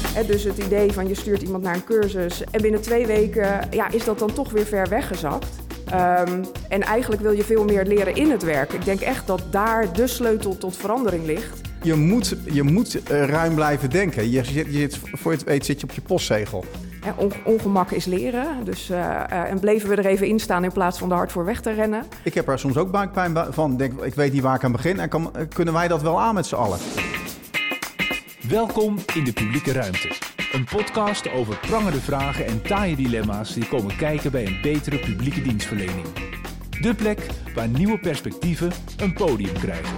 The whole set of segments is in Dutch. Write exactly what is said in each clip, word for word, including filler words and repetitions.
He, dus het idee van je stuurt iemand naar een cursus en binnen twee weken ja, is dat dan toch weer ver weggezakt. Um, en eigenlijk wil je veel meer leren in het werk. Ik denk echt dat daar de sleutel tot verandering ligt. Je moet, je moet uh, ruim blijven denken. Je zit, je zit, voor je het weet zit je op je postzegel. Ja, on, ongemak is leren. Dus, uh, uh, en bleven we er even in staan in plaats van er hard voor weg te rennen. Ik heb er soms ook buikpijn van. Denk, ik weet niet waar ik aan begin. En kan, kunnen wij dat wel aan met z'n allen? Welkom in de publieke ruimte. Een podcast over prangende vragen en taaie dilemma's die komen kijken bij een betere publieke dienstverlening. De plek waar nieuwe perspectieven een podium krijgen.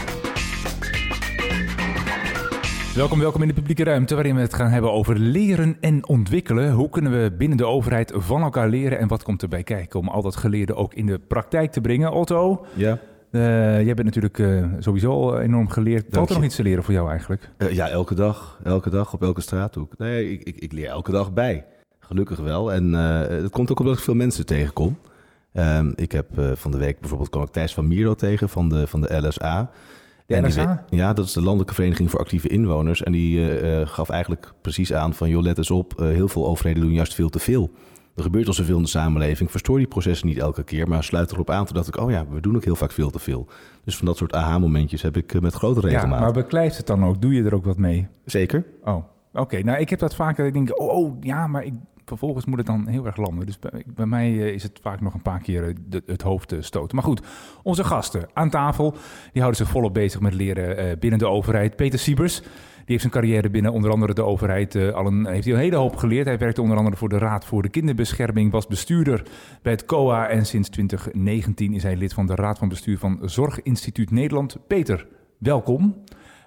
Welkom, welkom in de publieke ruimte waarin we het gaan hebben over leren en ontwikkelen. Hoe kunnen we binnen de overheid van elkaar leren en wat komt erbij kijken om al dat geleerde ook in de praktijk te brengen? Otto? Ja. Uh, jij bent natuurlijk uh, sowieso al enorm geleerd. Valt er nog iets te leren voor jou eigenlijk? Uh, ja, elke dag. Elke dag op elke straathoek. Nee, ik, ik, ik leer elke dag bij. Gelukkig wel. En uh, het komt ook omdat ik veel mensen tegenkom. Um, ik heb uh, van de week bijvoorbeeld kwam ik Thijs van Mierlo tegen van de, van de L S A. De en L S A? Die, ja, dat is de Landelijke Vereniging voor Actieve Inwoners. En die uh, gaf eigenlijk precies aan van, joh, let eens op. Uh, heel veel overheden doen juist veel te veel. Er gebeurt al zoveel in de samenleving. Verstoor die processen niet elke keer, maar sluit erop aan. Toen dacht ik, oh ja, we doen ook heel vaak veel te veel. Dus van dat soort aha-momentjes heb ik met grote regelmaat. Ja, maar beklijft het dan ook? Doe je er ook wat mee? Zeker. Oh, oké. Okay. Nou, ik heb dat vaak dat ik denk, oh, oh ja, maar ik, vervolgens moet het dan heel erg landen. Dus bij, bij mij uh, is het vaak nog een paar keer de, het hoofd uh, stoten. Maar goed, onze gasten aan tafel, die houden zich volop bezig met leren uh, binnen de overheid. Peter Siebers. Die heeft zijn carrière binnen onder andere de overheid uh, al een, heeft hij een hele hoop geleerd. Hij werkte onder andere voor de Raad voor de Kinderbescherming, was bestuurder bij het C O A en sinds twintig negentien is hij lid van de Raad van Bestuur van Zorginstituut Nederland. Peter, welkom.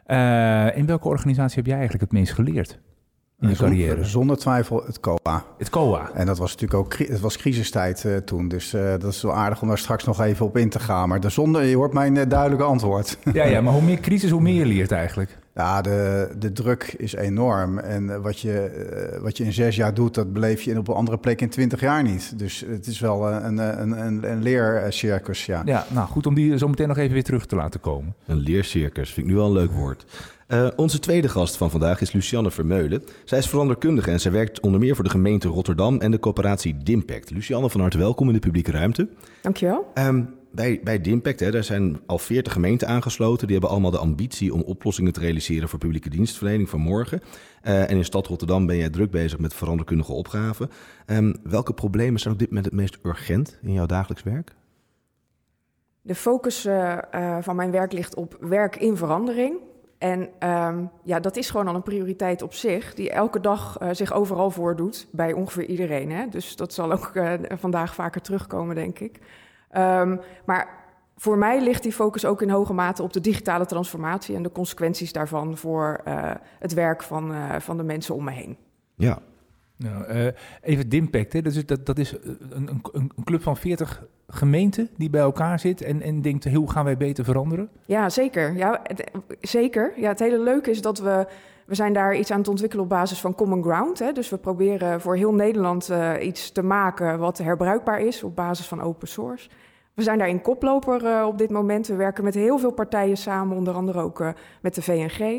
Uh, in welke organisatie heb jij eigenlijk het meest geleerd in je carrière? Zonder twijfel het C O A. Het C O A. En dat was natuurlijk ook het was crisistijd uh, toen. Dus uh, dat is wel aardig om daar straks nog even op in te gaan. Maar de zonde, je hoort mijn uh, duidelijke antwoord. Ja, ja, maar hoe meer crisis, hoe meer je leert eigenlijk. Ja, de, de druk is enorm. En wat je, uh, wat je in zes jaar doet, dat beleef je op een andere plek in twintig jaar niet. Dus het is wel een, een, een, een leercircus, ja. Ja, nou goed om die zo meteen nog even weer terug te laten komen. Een leercircus, vind ik nu wel een leuk woord. Uh, onze tweede gast van vandaag is Lucianne Vermeulen. Zij is veranderkundige en zij werkt onder meer voor de gemeente Rotterdam en de coöperatie Dimpact. Lucianne, van harte welkom in de publieke ruimte. Dankjewel. Um, bij, bij Dimpact, hè, daar zijn al veertig gemeenten aangesloten. Die hebben allemaal de ambitie om oplossingen te realiseren voor publieke dienstverlening van morgen. Uh, en in stad Rotterdam ben jij druk bezig met veranderkundige opgaven. Um, welke problemen zijn op dit moment het meest urgent in jouw dagelijks werk? De focus uh, uh, van mijn werk ligt op werk in verandering. En um, ja, dat is gewoon al een prioriteit op zich, die elke dag uh, zich overal voordoet, bij ongeveer iedereen. Hè? Dus dat zal ook uh, vandaag vaker terugkomen, denk ik. Um, maar voor mij ligt die focus ook in hoge mate op de digitale transformatie en de consequenties daarvan voor uh, het werk van, uh, van de mensen om me heen. Ja. Nou, uh, even Dimpact, hè? Dat is, dat, dat is een, een, een club van veertig gemeenten die bij elkaar zit en, en denkt, hoe gaan wij beter veranderen? Ja, zeker. Ja, het, zeker. Ja, het hele leuke is dat we, we zijn daar iets aan het ontwikkelen op basis van common ground. Hè? Dus we proberen voor heel Nederland uh, iets te maken wat herbruikbaar is op basis van open source. We zijn daarin koploper uh, op dit moment. We werken met heel veel partijen samen, onder andere ook uh, met de V N G.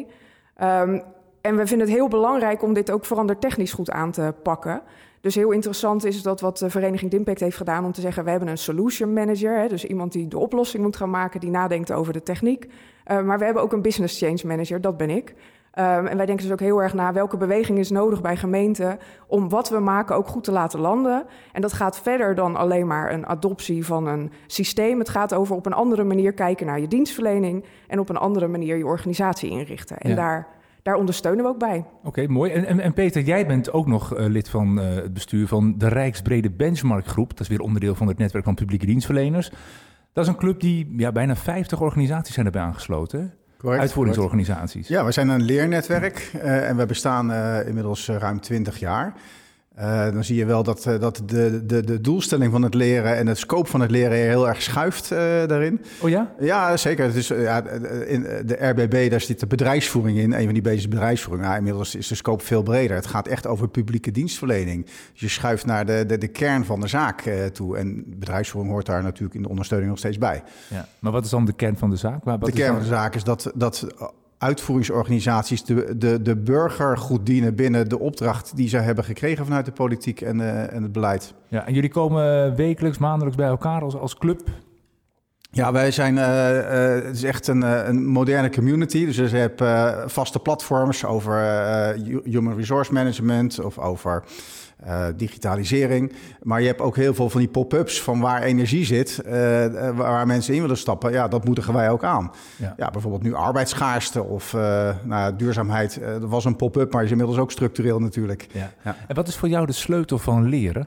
Um, En we vinden het heel belangrijk om dit ook verandertechnisch goed aan te pakken. Dus heel interessant is dat wat de vereniging Dimpact heeft gedaan om te zeggen, we hebben een solution manager, hè, dus iemand die de oplossing moet gaan maken, die nadenkt over de techniek. Uh, maar we hebben ook een business change manager, dat ben ik. Um, en wij denken dus ook heel erg na welke beweging is nodig bij gemeenten om wat we maken ook goed te laten landen. En dat gaat verder dan alleen maar een adoptie van een systeem. Het gaat over op een andere manier kijken naar je dienstverlening en op een andere manier je organisatie inrichten. En ja. daar... Daar ondersteunen we ook bij. Oké, okay, mooi. En, en, en Peter, jij bent ook nog uh, lid van uh, het bestuur van de Rijksbrede Benchmarkgroep. Dat is weer onderdeel van het netwerk van publieke dienstverleners. Dat is een club die ja, bijna vijftig organisaties zijn erbij aangesloten. Correct, uitvoeringsorganisaties. Correct. Ja, we zijn een leernetwerk uh, en we bestaan uh, inmiddels uh, ruim twintig jaar. Uh, dan zie je wel dat, uh, dat de, de, de doelstelling van het leren en het scope van het leren heel erg schuift uh, daarin. Oh ja? Ja, zeker. Het is, uh, ja, in de R B B, daar zit de bedrijfsvoering in. Een van die bezig bedrijfsvoering. Ja, inmiddels is de scope veel breder. Het gaat echt over publieke dienstverlening. Dus je schuift naar de, de, de kern van de zaak uh, toe. En bedrijfsvoering hoort daar natuurlijk in de ondersteuning nog steeds bij. Ja. Maar wat is dan de kern van de zaak? Waar, wat de kern dan... van de zaak is dat... dat uitvoeringsorganisaties de, de, de burger goed dienen binnen de opdracht die ze hebben gekregen vanuit de politiek en, uh, en het beleid. Ja, en jullie komen wekelijks, maandelijks bij elkaar als, als club? Ja, wij zijn, uh, uh, het is echt een, uh, een moderne community. Dus je hebt uh, vaste platforms over uh, human resource management of over uh, digitalisering. Maar je hebt ook heel veel van die pop-ups van waar energie zit, uh, waar mensen in willen stappen. Ja, dat moedigen wij ook aan. Ja, ja bijvoorbeeld nu arbeidsschaarste of uh, nou, duurzaamheid. Uh, dat was een pop-up, maar is inmiddels ook structureel natuurlijk. Ja. Ja. En wat is voor jou de sleutel van leren?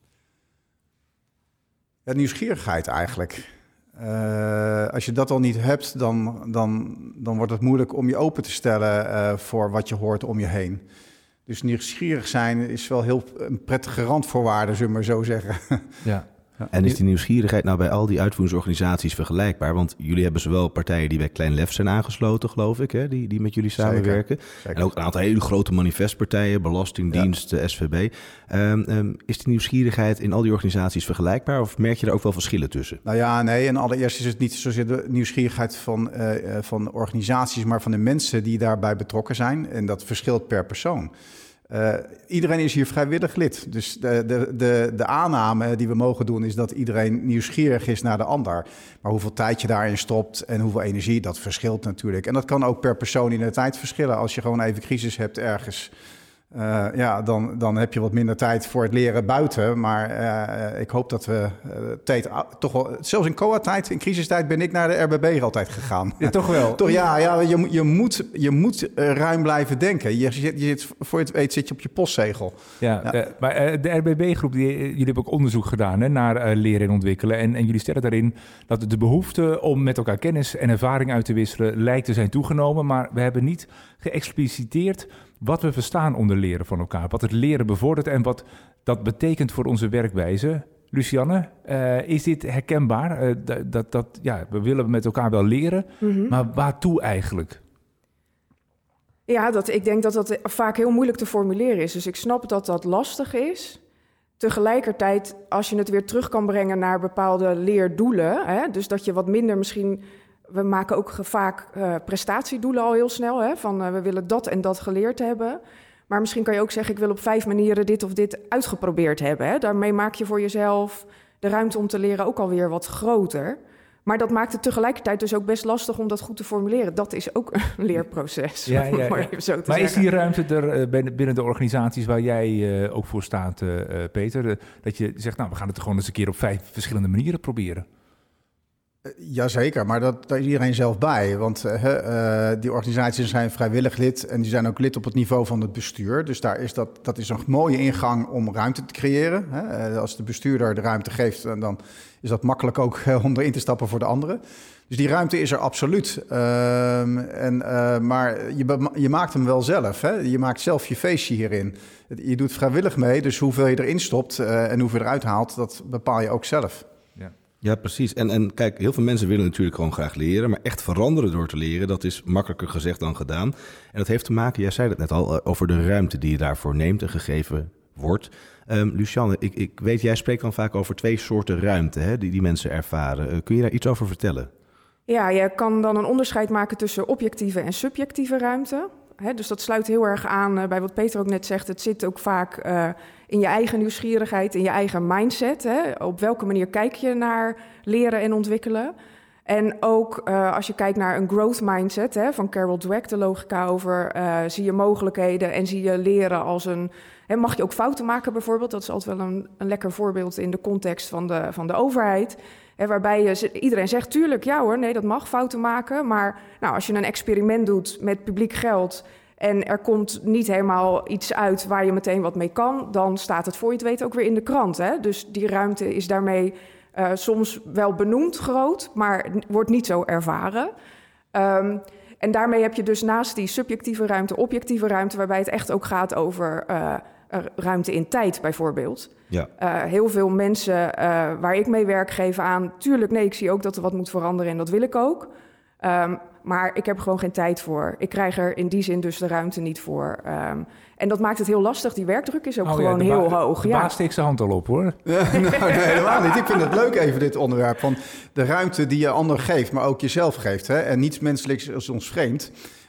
Ja, nieuwsgierigheid eigenlijk. Uh, als je dat al niet hebt, dan, dan, dan wordt het moeilijk om je open te stellen uh, voor wat je hoort om je heen. Dus nieuwsgierig zijn is wel heel een prettige randvoorwaarde, zullen we maar zo zeggen. Ja. Ja. En is die nieuwsgierigheid nou bij al die uitvoeringsorganisaties vergelijkbaar? Want jullie hebben zowel partijen die bij Klein Lef zijn aangesloten, geloof ik, hè? Die, die met jullie samenwerken. Zeker, zeker. En ook een aantal hele grote manifestpartijen, Belastingdienst, ja. S V B. Um, um, is die nieuwsgierigheid in al die organisaties vergelijkbaar? Of merk je er ook wel verschillen tussen? Nou ja, nee. En allereerst is het niet zozeer de nieuwsgierigheid van, uh, van organisaties, maar van de mensen die daarbij betrokken zijn. En dat verschilt per persoon. Uh, iedereen is hier vrijwillig lid. Dus de, de, de, de aanname die we mogen doen is dat iedereen nieuwsgierig is naar de ander. Maar hoeveel tijd je daarin stopt en hoeveel energie, dat verschilt natuurlijk. En dat kan ook per persoon in de tijd verschillen. Als je gewoon even crisis hebt ergens, uh, ja, dan, dan heb je wat minder tijd voor het leren buiten. Maar uh, ik hoop dat we uh, tijd, uh, toch wel, zelfs in C O A-tijd, in crisistijd, ben ik naar de R B B altijd gegaan. Ja, toch wel? Toch, ja, ja je, je moet, je moet uh, ruim blijven denken. Je, je, je zit, voor je het weet zit je op je postzegel. Ja, ja. Uh, maar uh, de R B B-groep, die, jullie hebben ook onderzoek gedaan hè, naar uh, leren en ontwikkelen. En, en jullie stellen daarin dat de behoefte om met elkaar kennis en ervaring uit te wisselen lijkt te zijn toegenomen. Maar we hebben niet geëxpliciteerd wat we verstaan onder leren van elkaar. Wat het leren bevordert en wat dat betekent voor onze werkwijze. Lucianne, uh, is dit herkenbaar? Uh, dat, dat, dat, ja, we willen met elkaar wel leren, mm-hmm. maar waartoe eigenlijk? Ja, dat, ik denk dat dat vaak heel moeilijk te formuleren is. Dus ik snap dat dat lastig is. Tegelijkertijd, als je het weer terug kan brengen naar bepaalde leerdoelen, hè, dus dat je wat minder misschien... We maken ook vaak uh, prestatiedoelen al heel snel, hè, van uh, we willen dat en dat geleerd hebben. Maar misschien kan je ook zeggen, ik wil op vijf manieren dit of dit uitgeprobeerd hebben. Hè. Daarmee maak je voor jezelf de ruimte om te leren ook alweer wat groter. Maar dat maakt het tegelijkertijd dus ook best lastig om dat goed te formuleren. Dat is ook een leerproces. Ja, ja, ja. Maar, even zo te maar zeggen. Is die ruimte er uh, binnen de organisaties waar jij uh, ook voor staat, uh, Peter? Uh, dat je zegt, nou, we gaan het gewoon eens een keer op vijf verschillende manieren proberen. Jazeker, maar dat, daar is iedereen zelf bij. Want uh, uh, die organisaties zijn vrijwillig lid en die zijn ook lid op het niveau van het bestuur. Dus daar is dat, dat is een mooie ingang om ruimte te creëren. Hè. Uh, als de bestuurder de ruimte geeft, dan is dat makkelijk ook uh, om erin te stappen voor de anderen. Dus die ruimte is er absoluut. Uh, en, uh, maar je, je maakt hem wel zelf. Hè. Je maakt zelf je feestje hierin. Je doet vrijwillig mee, dus hoeveel je erin stopt uh, en hoeveel je eruit haalt, dat bepaal je ook zelf. Ja. Ja, precies. En, en kijk, heel veel mensen willen natuurlijk gewoon graag leren, maar echt veranderen door te leren, dat is makkelijker gezegd dan gedaan. En dat heeft te maken, jij zei het net al, over de ruimte die je daarvoor neemt en gegeven wordt. Um, Lucianne, ik, ik weet, jij spreekt dan vaak over twee soorten ruimte, hè, die die mensen ervaren. Uh, kun je daar iets over vertellen? Ja, je kan dan een onderscheid maken tussen objectieve en subjectieve ruimte. He, dus dat sluit heel erg aan uh, bij wat Peter ook net zegt. Het zit ook vaak uh, in je eigen nieuwsgierigheid, in je eigen mindset. Hè? Op welke manier kijk je naar leren en ontwikkelen? En ook uh, als je kijkt naar een growth mindset, hè, van Carol Dweck, de logica over uh, zie je mogelijkheden en zie je leren als een... Hè, mag je ook fouten maken bijvoorbeeld? Dat is altijd wel een, een lekker voorbeeld in de context van de, van de overheid. Hè, waarbij je, iedereen zegt, tuurlijk, ja hoor, nee, dat mag fouten maken. Maar nou, als je een experiment doet met publiek geld en er komt niet helemaal iets uit waar je meteen wat mee kan, dan staat het voor je het weet ook weer in de krant. Hè? Dus die ruimte is daarmee uh, soms wel benoemd groot, maar wordt niet zo ervaren. Um, en daarmee heb je dus naast die subjectieve ruimte, objectieve ruimte, waarbij het echt ook gaat over uh, ruimte in tijd bijvoorbeeld. Ja. Uh, heel veel mensen uh, waar ik mee werk geven aan, tuurlijk, nee, ik zie ook dat er wat moet veranderen en dat wil ik ook. Um, maar ik heb er gewoon geen tijd voor. Ik krijg er in die zin dus de ruimte niet voor. Um, en dat maakt het heel lastig. Die werkdruk is ook oh, gewoon ja, heel ba- hoog. De ja. baas steekt zijn hand al op, hoor. Ja, nou, nee, helemaal niet. Ik vind het leuk even, dit onderwerp. Van de ruimte die je ander geeft, maar ook jezelf geeft. Hè? En niets menselijks is ons vreemd.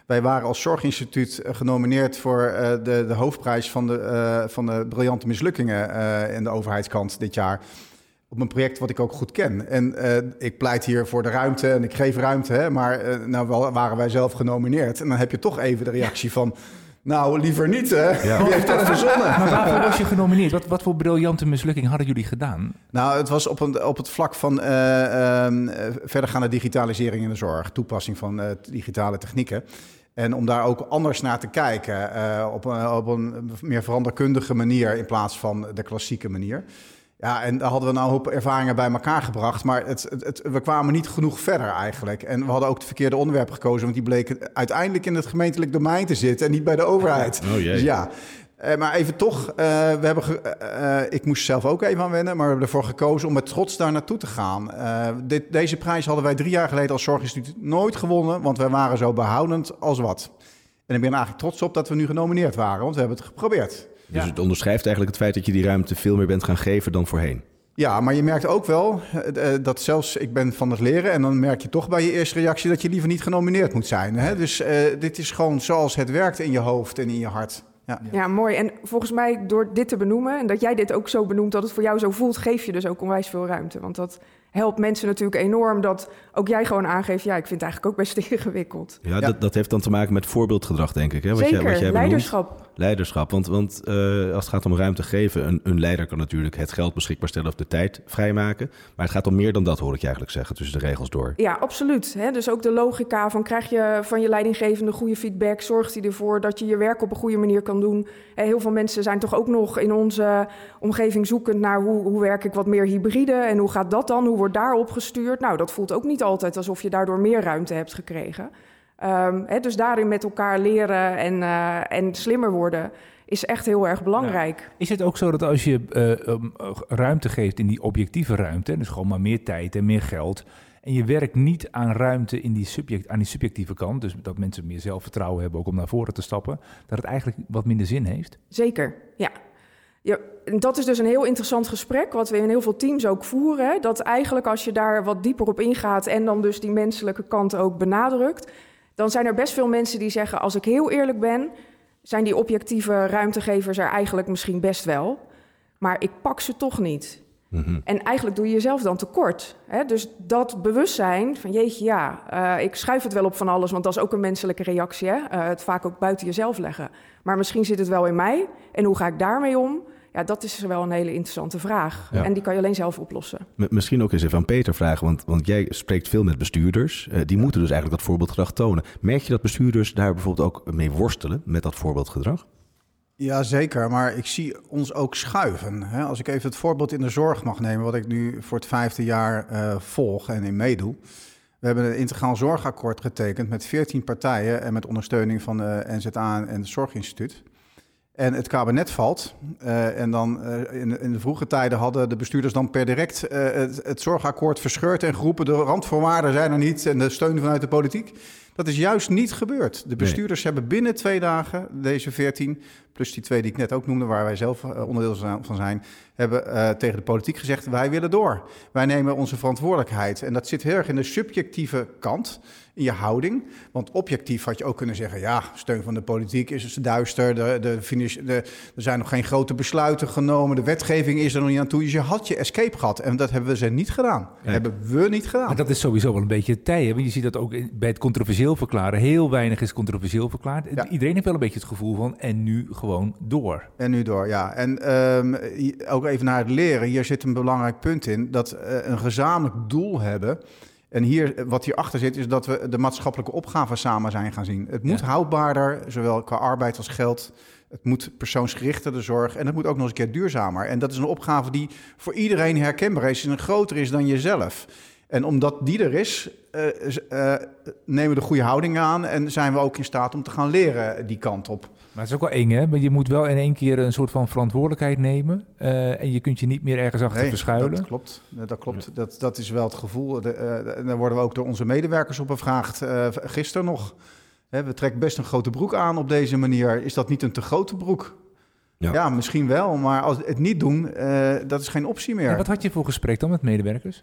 Wij waren als Zorginstituut genomineerd voor uh, de, de hoofdprijs van de, uh, van de briljante mislukkingen uh, in de overheidskant dit jaar. Op een project wat ik ook goed ken. En uh, ik pleit hier voor de ruimte en ik geef ruimte, hè, maar uh, nou wel waren wij zelf genomineerd. En dan heb je toch even de reactie van... Nou, liever niet, hè? Ja. Wie heeft dat verzonnen? Maar waarvoor was je genomineerd? Wat, wat voor briljante mislukking hadden jullie gedaan? Nou, het was op, een, op het vlak van uh, um, verdergaande digitalisering in de zorg. Toepassing van uh, digitale technieken. En om daar ook anders naar te kijken. Uh, op, een, op een meer veranderkundige manier in plaats van de klassieke manier. Ja, en daar hadden we nou een hoop ervaringen bij elkaar gebracht. Maar het, het, het, we kwamen niet genoeg verder eigenlijk. En we hadden ook het verkeerde onderwerp gekozen. Want die bleken uiteindelijk in het gemeentelijk domein te zitten en niet bij de overheid. Oh jee. Dus ja, uh, maar even toch. Uh, we hebben ge, uh, ik moest zelf ook even aan wennen. Maar we hebben ervoor gekozen om met trots daar naartoe te gaan. Uh, dit, deze prijs hadden wij drie jaar geleden als Zorginstituut nooit gewonnen. Want wij waren zo behoudend als wat. En ik ben eigenlijk trots op dat we nu genomineerd waren. Want we hebben het geprobeerd. Dus Ja. het onderschrijft eigenlijk het feit dat je die ruimte veel meer bent gaan geven dan voorheen. Ja, maar je merkt ook wel uh, dat zelfs ik ben van het leren... en dan merk je toch bij je eerste reactie dat je liever niet genomineerd moet zijn. Hè? Dus uh, dit is gewoon zoals het werkt in je hoofd en in je hart. Ja. Ja, mooi. En volgens mij door dit te benoemen en dat jij dit ook zo benoemt, dat het voor jou zo voelt, geef je dus ook onwijs veel ruimte. Want dat helpt mensen natuurlijk enorm dat ook jij gewoon aangeeft, ja, ik vind het eigenlijk ook best ingewikkeld. Ja, Ja. Dat, dat heeft dan te maken met voorbeeldgedrag, denk ik. Hè? Wat Zeker, jij, wat jij benoemt. leiderschap. Leiderschap, want, want uh, als het gaat om ruimte geven... Een, een leider kan natuurlijk het geld beschikbaar stellen of de tijd vrijmaken. Maar het gaat om meer dan dat, hoor ik je eigenlijk zeggen, tussen de regels door. Ja, absoluut. Hè? Dus ook de logica van krijg je van je leidinggevende goede feedback, zorgt hij ervoor dat je je werk op een goede manier kan doen. Hè, heel veel mensen zijn toch ook nog in onze omgeving zoekend naar hoe, hoe werk ik wat meer hybride en hoe gaat dat dan, hoe wordt daarop gestuurd? Nou, dat voelt ook niet altijd alsof je daardoor meer ruimte hebt gekregen. Um, hè, dus daarin met elkaar leren en, uh, en slimmer worden is echt heel erg belangrijk. Ja. Is het ook zo dat als je uh, um, ruimte geeft in die objectieve ruimte, dus gewoon maar meer tijd en meer geld, en je werkt niet aan ruimte in die subject, aan die subjectieve kant, dus dat mensen meer zelfvertrouwen hebben ook om naar voren te stappen, dat het eigenlijk wat minder zin heeft? Zeker, ja. Ja, dat is dus een heel interessant gesprek, wat we in heel veel teams ook voeren. Hè? Dat eigenlijk als je daar wat dieper op ingaat en dan dus die menselijke kant ook benadrukt, dan zijn er best veel mensen die zeggen, als ik heel eerlijk ben, zijn die objectieve ruimtegevers er eigenlijk misschien best wel, maar ik pak ze toch niet. Mm-hmm. En eigenlijk doe je jezelf dan tekort. Hè? Dus dat bewustzijn van jeetje, ja, uh, ik schuif het wel op van alles, want dat is ook een menselijke reactie. Hè? Uh, het vaak ook buiten jezelf leggen. Maar misschien zit het wel in mij en hoe ga ik daarmee om? Ja, dat is wel een hele interessante vraag. Ja. En die kan je alleen zelf oplossen. M- misschien ook eens even aan Peter vragen, want, want jij spreekt veel met bestuurders. Uh, die moeten dus eigenlijk dat voorbeeldgedrag tonen. Merk je dat bestuurders daar bijvoorbeeld ook mee worstelen met dat voorbeeldgedrag? Ja, zeker. Maar ik zie ons ook schuiven. Hè? Als ik even het voorbeeld in de zorg mag nemen, wat ik nu voor het vijfde jaar uh, volg en in meedoe. We hebben een integraal zorgakkoord getekend met veertien partijen en met ondersteuning van de N Z A en het Zorginstituut. En het kabinet valt. Uh, en dan uh, in, in de vroege tijden hadden de bestuurders dan per direct uh, het, het zorgakkoord verscheurd en geroepen, de randvoorwaarden zijn er niet en de steun vanuit de politiek. Dat is juist niet gebeurd. De bestuurders nee. hebben binnen twee dagen, deze veertien, plus die twee die ik net ook noemde, waar wij zelf uh, onderdeel van zijn, hebben uh, tegen de politiek gezegd, wij willen door. Wij nemen onze verantwoordelijkheid. En dat zit heel erg in de subjectieve kant, in je houding. Want objectief had je ook kunnen zeggen, ja, steun van de politiek is duister, de, de, de, de, er zijn nog geen grote besluiten genomen, de wetgeving is er nog niet aan toe. Dus je had je escape gehad. En dat hebben we ze niet gedaan. Ja. Hebben we niet gedaan. Maar dat is sowieso wel een beetje het tij, hè? Want je ziet dat ook bij het controversieel verklaren. Heel weinig is controversieel verklaard. Ja. Iedereen heeft wel een beetje het gevoel van, en nu gewoon door. En nu door, ja. En um, ook even naar het leren. Hier zit een belangrijk punt in, dat uh, een gezamenlijk doel hebben. En hier, wat hierachter zit, is dat we de maatschappelijke opgaven samen zijn gaan zien. Het moet ja. houdbaarder, zowel qua arbeid als geld. Het moet persoonsgerichter, de zorg. En het moet ook nog eens een keer duurzamer. En dat is een opgave die voor iedereen herkenbaar is en groter is dan jezelf. En omdat die er is, uh, uh, nemen we de goede houding aan en zijn we ook in staat om te gaan leren die kant op. Maar het is ook wel eng, hè? Maar je moet wel in één keer een soort van verantwoordelijkheid nemen. Uh, en je kunt je niet meer ergens achter nee, verschuilen. Dat klopt. Dat, klopt. Ja. Dat, dat is wel het gevoel. De, uh, daar worden we ook door onze medewerkers op bevraagd. Uh, gisteren nog. Hè, we trekken best een grote broek aan op deze manier. Is dat niet een te grote broek? Ja, ja misschien wel. Maar als het niet doen, uh, dat is geen optie meer. En wat had je voor gesprek dan met medewerkers?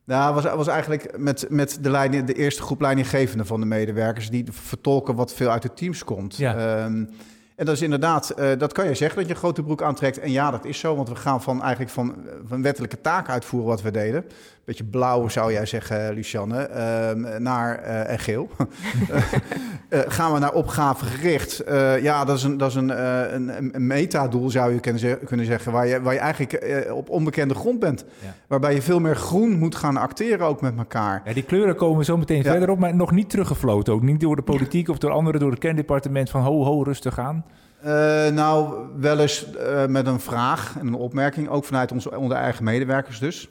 Nou, was, was eigenlijk met, met de, leiding, de eerste groep leidinggevenden van de medewerkers... die vertolken wat veel uit de teams komt. Ja. Um, en dat is inderdaad, uh, dat kan je zeggen dat je een grote broek aantrekt. En ja, dat is zo, want we gaan van eigenlijk van, van wettelijke taken uitvoeren wat we deden. Beetje blauw zou jij zeggen, Lucianne, uh, naar uh, en geel. uh, gaan we naar opgave gericht. Uh, ja, dat is een, dat is een, uh, een, een metadoel, zou je kunnen, ze- kunnen zeggen, waar je, waar je eigenlijk uh, op onbekende grond bent. Ja. Waarbij je veel meer groen moet gaan acteren ook met elkaar. Ja, die kleuren komen zo meteen Ja. verder op, maar nog niet teruggefloten. Ook niet door de politiek of door anderen, door het kerndepartement van ho, ho, rustig aan. Uh, nou, wel eens uh, met een vraag en een opmerking, ook vanuit onze, onze eigen medewerkers dus.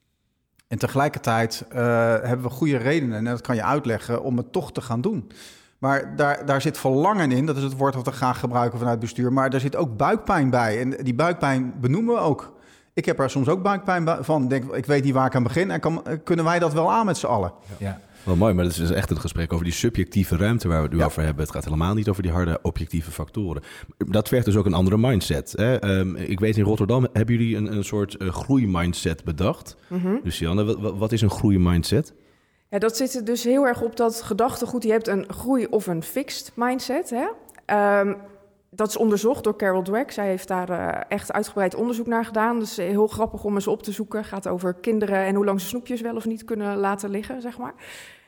En tegelijkertijd uh, hebben we goede redenen, en dat kan je uitleggen, om het toch te gaan doen. Maar daar, daar zit verlangen in, dat is het woord wat we graag gebruiken vanuit het bestuur, maar daar zit ook buikpijn bij. En die buikpijn benoemen we ook. Ik heb er soms ook buikpijn van. Denk, ik weet niet waar ik aan begin en kan, kunnen wij dat wel aan met z'n allen? Ja. Wel mooi, maar dat is dus echt een gesprek over die subjectieve ruimte waar we het nu Ja. over hebben. Het gaat helemaal niet over die harde objectieve factoren. Dat vergt dus ook een andere mindset. Hè? Um, ik weet in Rotterdam hebben jullie een, een soort uh, groeimindset bedacht. Mm-hmm. Lucianne, wat, wat is een groeimindset? Ja, dat zit dus heel erg op dat gedachtegoed. Je hebt een groei- of een fixed mindset. Hè? Um, dat is onderzocht door Carol Dweck. Zij heeft daar uh, echt uitgebreid onderzoek naar gedaan. Dus uh, heel grappig om eens op te zoeken. Het gaat over kinderen en hoe lang ze snoepjes wel of niet kunnen laten liggen, zeg maar.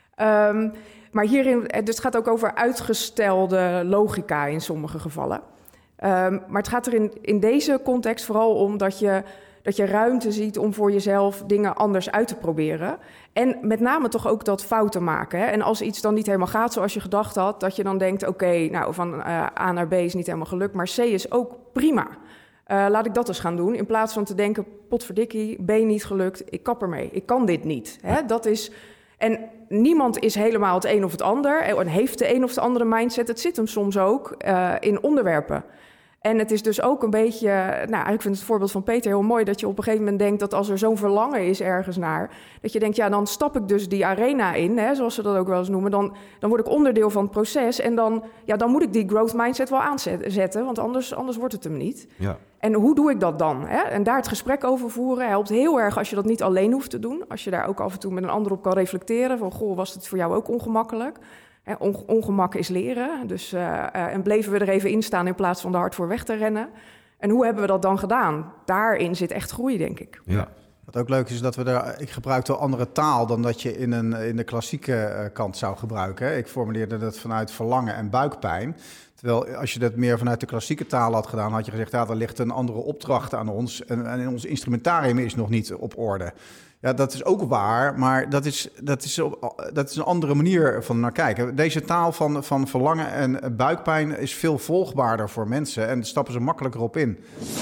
Um, maar hierin, dus het gaat ook over uitgestelde logica in sommige gevallen. Um, maar het gaat er in, in deze context vooral om dat je, dat je ruimte ziet om voor jezelf dingen anders uit te proberen. En met name toch ook dat fouten maken. Hè? En als iets dan niet helemaal gaat zoals je gedacht had, dat je dan denkt, oké, okay, nou van uh, A naar B is niet helemaal gelukt, maar C is ook prima. Uh, laat ik dat eens gaan doen, in plaats van te denken, potverdikkie, B niet gelukt, ik kap ermee, ik kan dit niet. Hè? Dat is... En niemand is helemaal het een of het ander en heeft de een of de andere mindset. Het zit hem soms ook uh, in onderwerpen. En het is dus ook een beetje... Nou, eigenlijk vind ik het voorbeeld van Peter heel mooi, dat je op een gegeven moment denkt dat als er zo'n verlangen is ergens naar, dat je denkt, ja, dan stap ik dus die arena in, hè, zoals ze dat ook wel eens noemen. Dan, dan word ik onderdeel van het proces en dan, ja, dan moet ik die growth mindset wel aanzetten, want anders, anders wordt het hem niet. Ja. En hoe doe ik dat dan? Hè? En daar het gesprek over voeren helpt heel erg als je dat niet alleen hoeft te doen. Als je daar ook af en toe met een ander op kan reflecteren. Van, goh, was het voor jou ook ongemakkelijk? Hè, on- ongemak is leren. Dus, uh, uh, en bleven we er even in staan in plaats van er hard voor weg te rennen. En hoe hebben we dat dan gedaan? Daarin zit echt groei, denk ik. Ja. Wat ook leuk is, dat we daar, ik gebruik wel andere taal dan dat je in, een, in de klassieke uh, kant zou gebruiken. Hè. Ik formuleerde dat vanuit verlangen en buikpijn. Terwijl als je dat meer vanuit de klassieke taal had gedaan, had je gezegd, ja, er ligt een andere opdracht aan ons en, en ons instrumentarium is nog niet op orde. Ja, dat is ook waar, maar dat is, dat is, dat is een andere manier van naar kijken. Deze taal van, van verlangen en buikpijn is veel volgbaarder voor mensen en daar stappen ze makkelijker op in.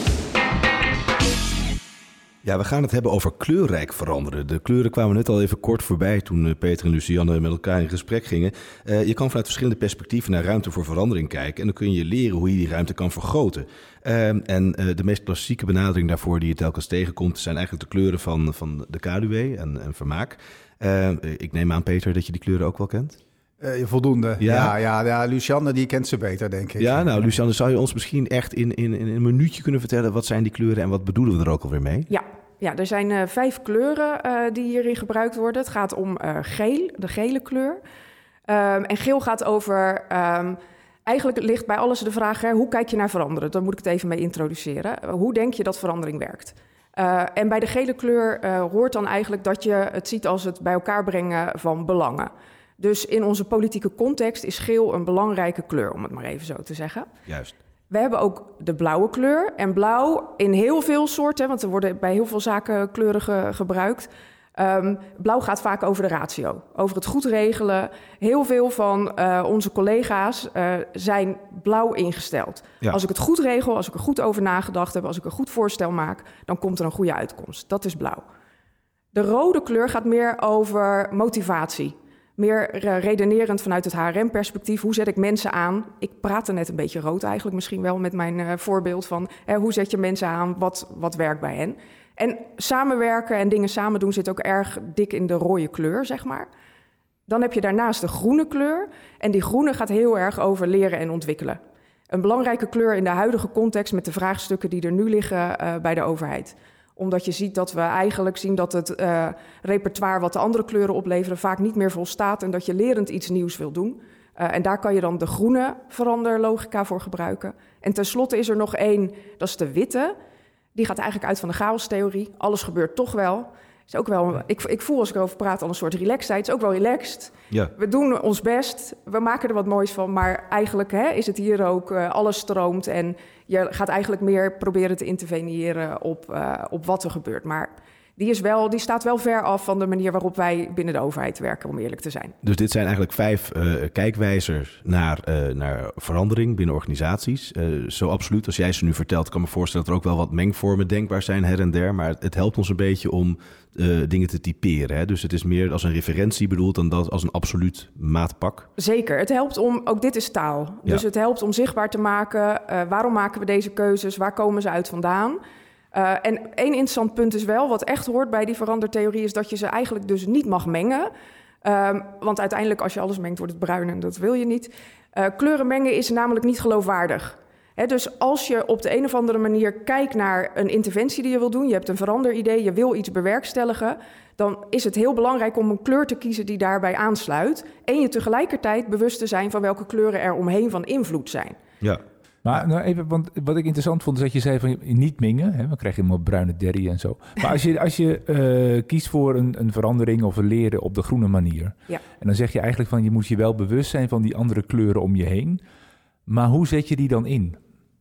Ja, we gaan het hebben over kleurrijk veranderen. De kleuren kwamen net al even kort voorbij toen Peter en Lucianne met elkaar in gesprek gingen. Uh, je kan vanuit verschillende perspectieven naar ruimte voor verandering kijken en dan kun je leren hoe je die ruimte kan vergroten. Uh, en uh, de meest klassieke benadering daarvoor die je telkens tegenkomt zijn eigenlijk de kleuren van, van de kaduwe en, en vermaak. Uh, ik neem aan, Peter, dat je die kleuren ook wel kent? Uh, voldoende. Ja. Ja, ja, ja, Lucianne die kent ze beter, denk ik. Ja, nou, Lucianne, zou je ons misschien echt in, in, in een minuutje kunnen vertellen wat zijn die kleuren en wat bedoelen we er ook alweer mee? Ja. Ja, er zijn uh, vijf kleuren uh, die hierin gebruikt worden. Het gaat om uh, geel, de gele kleur. Um, en geel gaat over... Um, eigenlijk ligt bij alles de vraag, hè, hoe kijk je naar veranderen? Daar moet ik het even mee introduceren. Uh, hoe denk je dat verandering werkt? Uh, en bij de gele kleur uh, hoort dan eigenlijk dat je het ziet als het bij elkaar brengen van belangen. Dus in onze politieke context is geel een belangrijke kleur, om het maar even zo te zeggen. Juist. We hebben ook de blauwe kleur. En blauw in heel veel soorten, want er worden bij heel veel zaken kleuren ge- gebruikt. Um, blauw gaat vaak over de ratio, over het goed regelen. Heel veel van uh, onze collega's uh, zijn blauw ingesteld. Ja. Als ik het goed regel, als ik er goed over nagedacht heb, als ik een goed voorstel maak, dan komt er een goede uitkomst. Dat is blauw. De rode kleur gaat meer over motivatie. Meer redenerend vanuit het H R M-perspectief. Hoe zet ik mensen aan? Ik praatte net een beetje rood eigenlijk misschien wel met mijn uh, voorbeeld van... Eh, hoe zet je mensen aan? Wat, wat werkt bij hen? En samenwerken en dingen samen doen zit ook erg dik in de rode kleur, zeg maar. Dan heb je daarnaast de groene kleur. En die groene gaat heel erg over leren en ontwikkelen. Een belangrijke kleur in de huidige context met de vraagstukken die er nu liggen uh, bij de overheid. Omdat je ziet dat we eigenlijk zien dat het uh, repertoire wat de andere kleuren opleveren vaak niet meer volstaat en dat je lerend iets nieuws wil doen. Uh, en daar kan je dan de groene veranderlogica voor gebruiken. En tenslotte is er nog één, dat is de witte. Die gaat eigenlijk uit van de chaostheorie. Alles gebeurt toch wel. Is ook wel ik, ik voel als ik erover praat al een soort relaxedheid. Het is ook wel relaxed. Ja. We doen ons best. We maken er wat moois van. Maar eigenlijk hè, is het hier ook, uh, alles stroomt. En je gaat eigenlijk meer proberen te interveneren op, uh, op wat er gebeurt. Maar die, is wel, die staat wel ver af van de manier waarop wij binnen de overheid werken, om eerlijk te zijn. Dus dit zijn eigenlijk vijf uh, kijkwijzers naar, uh, naar verandering binnen organisaties. Uh, zo absoluut, als jij ze nu vertelt, kan me voorstellen dat er ook wel wat mengvormen denkbaar zijn her en der. Maar het, het helpt ons een beetje om uh, dingen te typeren. Hè? Dus het is meer als een referentie bedoeld dan dat als een absoluut maatpak. Zeker, het helpt om, ook dit is taal. Ja. Dus het helpt om zichtbaar te maken, uh, waarom maken we deze keuzes, waar komen ze uit vandaan? Uh, en één interessant punt is wel, wat echt hoort bij die verandertheorie, is dat je ze eigenlijk dus niet mag mengen. Um, want uiteindelijk als je alles mengt, wordt het bruin en dat wil je niet. Uh, kleuren mengen is namelijk niet geloofwaardig. He, dus als je op de een of andere manier kijkt naar een interventie die je wil doen, je hebt een veranderidee, je wil iets bewerkstelligen, dan is het heel belangrijk om een kleur te kiezen die daarbij aansluit. En je tegelijkertijd bewust te zijn van welke kleuren er omheen van invloed zijn. Ja. Maar nou even, want wat ik interessant vond is dat je zei van niet mengen. Hè, dan krijg je helemaal bruine derrie en zo. Maar als je, als je uh, kiest voor een, een verandering of een leren op de groene manier. Ja. En dan zeg je eigenlijk van je moet je wel bewust zijn van die andere kleuren om je heen. Maar hoe zet je die dan in?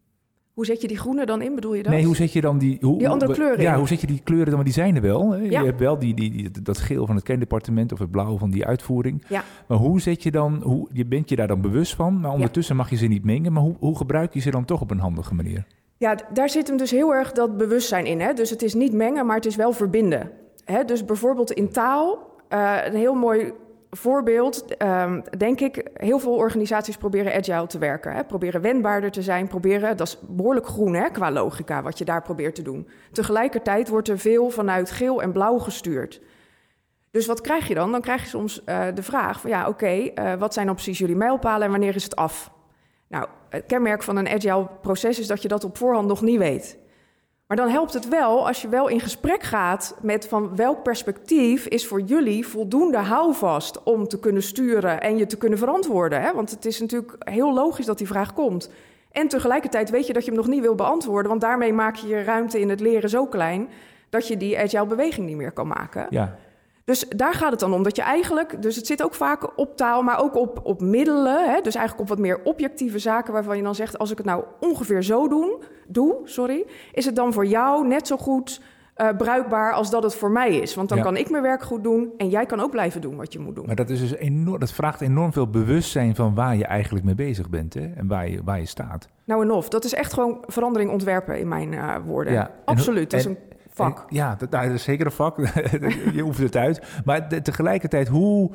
Hoe zet je die groene dan in, bedoel je dat? Nee, hoe zet je dan die... Hoe, die andere kleuren in? Ja, hoe zet je die kleuren dan? Want die zijn er wel. Hè? Ja. Je hebt wel die, die, die, dat geel van het kerndepartement of het blauw van die uitvoering. Ja. Maar hoe zet je dan... Hoe, je bent je daar dan bewust van, maar ondertussen ja. mag je ze niet mengen. Maar hoe, hoe gebruik je ze dan toch op een handige manier? Ja, daar zit hem dus heel erg dat bewustzijn in. Hè? Dus het is niet mengen, maar het is wel verbinden. Hè? Dus bijvoorbeeld in taal, uh, een heel mooi... voorbeeld, um, denk ik, heel veel organisaties proberen agile te werken. Hè? Proberen wendbaarder te zijn, proberen, dat is behoorlijk groen hè, qua logica, wat je daar probeert te doen. Tegelijkertijd wordt er veel vanuit geel en blauw gestuurd. Dus wat krijg je dan? Dan krijg je soms uh, de vraag van ja, oké, okay, uh, wat zijn dan precies jullie mijlpalen en wanneer is het af? Nou, het kenmerk van een agile proces is dat je dat op voorhand nog niet weet. Maar dan helpt het wel als je wel in gesprek gaat met van welk perspectief is voor jullie voldoende houvast om te kunnen sturen en je te kunnen verantwoorden. Hè? Want het is natuurlijk heel logisch dat die vraag komt. En tegelijkertijd weet je dat je hem nog niet wil beantwoorden, want daarmee maak je je ruimte in het leren zo klein dat je die agile beweging niet meer kan maken. Ja. Dus daar gaat het dan om, dat je eigenlijk... Dus het zit ook vaak op taal, maar ook op, op middelen. Hè? Dus eigenlijk op wat meer objectieve zaken waarvan je dan zegt... als ik het nou ongeveer zo doe, doe sorry, is het dan voor jou net zo goed uh, bruikbaar als dat het voor mij is? Want dan ja. kan ik mijn werk goed doen en jij kan ook blijven doen wat je moet doen. Maar dat, is dus enorm, dat vraagt enorm veel bewustzijn van waar je eigenlijk mee bezig bent, hè? En waar je, waar je staat. Nou en of, dat is echt gewoon verandering ontwerpen in mijn uh, woorden. Ja. Absoluut, dat is een... Vak. En, ja, dat, dat is zeker een vak. Je oefent het uit. Maar de, tegelijkertijd, hoe,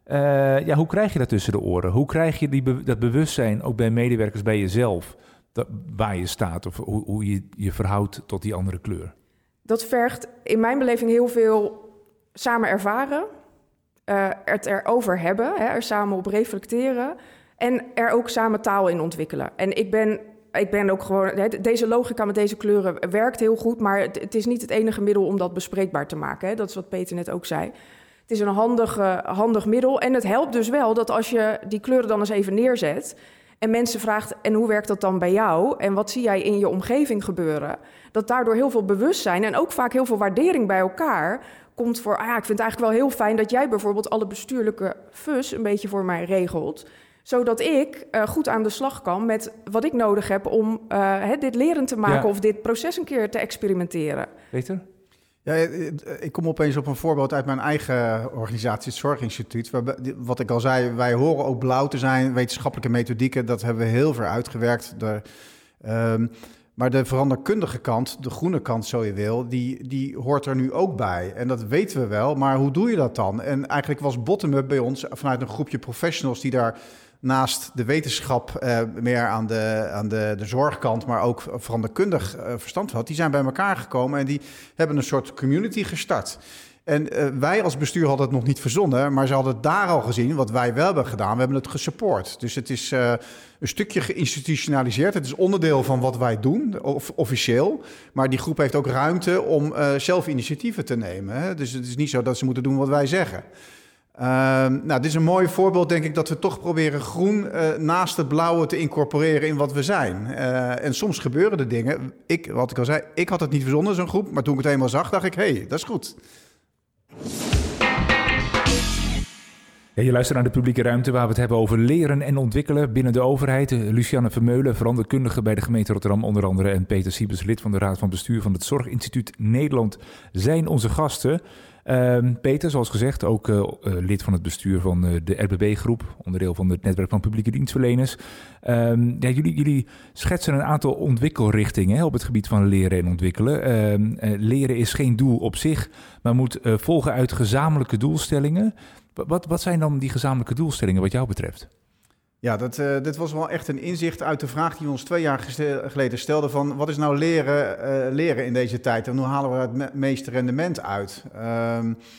uh, ja, hoe krijg je dat tussen de oren? Hoe krijg je die be, dat bewustzijn ook bij medewerkers, bij jezelf, dat, waar je staat of hoe, hoe je je verhoudt tot die andere kleur? Dat vergt in mijn beleving heel veel samen ervaren, uh, het erover hebben, hè, er samen op reflecteren en er ook samen taal in ontwikkelen. En ik ben... Ik ben ook gewoon... Deze logica met deze kleuren werkt heel goed, maar het, het is niet het enige middel om dat bespreekbaar te maken. Hè? Dat is wat Peter net ook zei. Het is een handig, uh, handig middel en het helpt dus wel dat als je die kleuren dan eens even neerzet en mensen vraagt, en hoe werkt dat dan bij jou? En wat zie jij in je omgeving gebeuren? Dat daardoor heel veel bewustzijn en ook vaak heel veel waardering bij elkaar komt voor... Ah ja, ik vind het eigenlijk wel heel fijn dat jij bijvoorbeeld alle bestuurlijke fus een beetje voor mij regelt, zodat ik uh, goed aan de slag kan met wat ik nodig heb om uh, he, dit leren te maken ja. of dit proces een keer te experimenteren. Peter? Ja, ik kom opeens op een voorbeeld uit mijn eigen organisatie, het Zorginstituut. Wat ik al zei, wij horen ook blauw te zijn, wetenschappelijke methodieken, dat hebben we heel ver uitgewerkt. De, um, maar de veranderkundige kant, de groene kant zo je wil, die, die hoort er nu ook bij. En dat weten we wel, maar hoe doe je dat dan? En eigenlijk was bottom-up bij ons vanuit een groepje professionals die daar naast de wetenschap uh, meer aan, de, aan de, de zorgkant, maar ook veranderkundig uh, verstand had, die zijn bij elkaar gekomen en die hebben een soort community gestart. En uh, wij als bestuur hadden het nog niet verzonnen, maar ze hadden het daar al gezien, wat wij wel hebben gedaan. We hebben het gesupport. Dus het is uh, een stukje geïnstitutionaliseerd. Het is onderdeel van wat wij doen, of, officieel. Maar die groep heeft ook ruimte om uh, zelf initiatieven te nemen. Hè? Dus het is niet zo dat ze moeten doen wat wij zeggen. Uh, nou, dit is een mooi voorbeeld, denk ik, dat we toch proberen groen uh, naast het blauwe te incorporeren in wat we zijn. Uh, en soms gebeuren er dingen. Ik, wat ik al zei, ik had het niet verzonnen, zo'n groep. Maar toen ik het eenmaal zag, dacht ik, hé, hey, dat is goed. Ja, je luistert naar de publieke ruimte waar we het hebben over leren en ontwikkelen binnen de overheid. Lucianne Vermeulen, veranderkundige bij de gemeente Rotterdam onder andere, en Peter Siebes, lid van de Raad van Bestuur van het Zorginstituut Nederland, zijn onze gasten. Uh, Peter, zoals gezegd, ook uh, uh, lid van het bestuur van uh, de R B B-groep, onderdeel van het netwerk van publieke dienstverleners. Uh, ja, jullie, jullie schetsen een aantal ontwikkelrichtingen hè, op het gebied van leren en ontwikkelen. Uh, uh, leren is geen doel op zich, maar moet uh, volgen uit gezamenlijke doelstellingen. Wat, wat zijn dan die gezamenlijke doelstellingen wat jou betreft? Ja, dat, uh, dit was wel echt een inzicht uit de vraag die we ons twee jaar geleden stelden van wat is nou leren, uh, leren in deze tijd en hoe halen we het me- meeste rendement uit? Uh,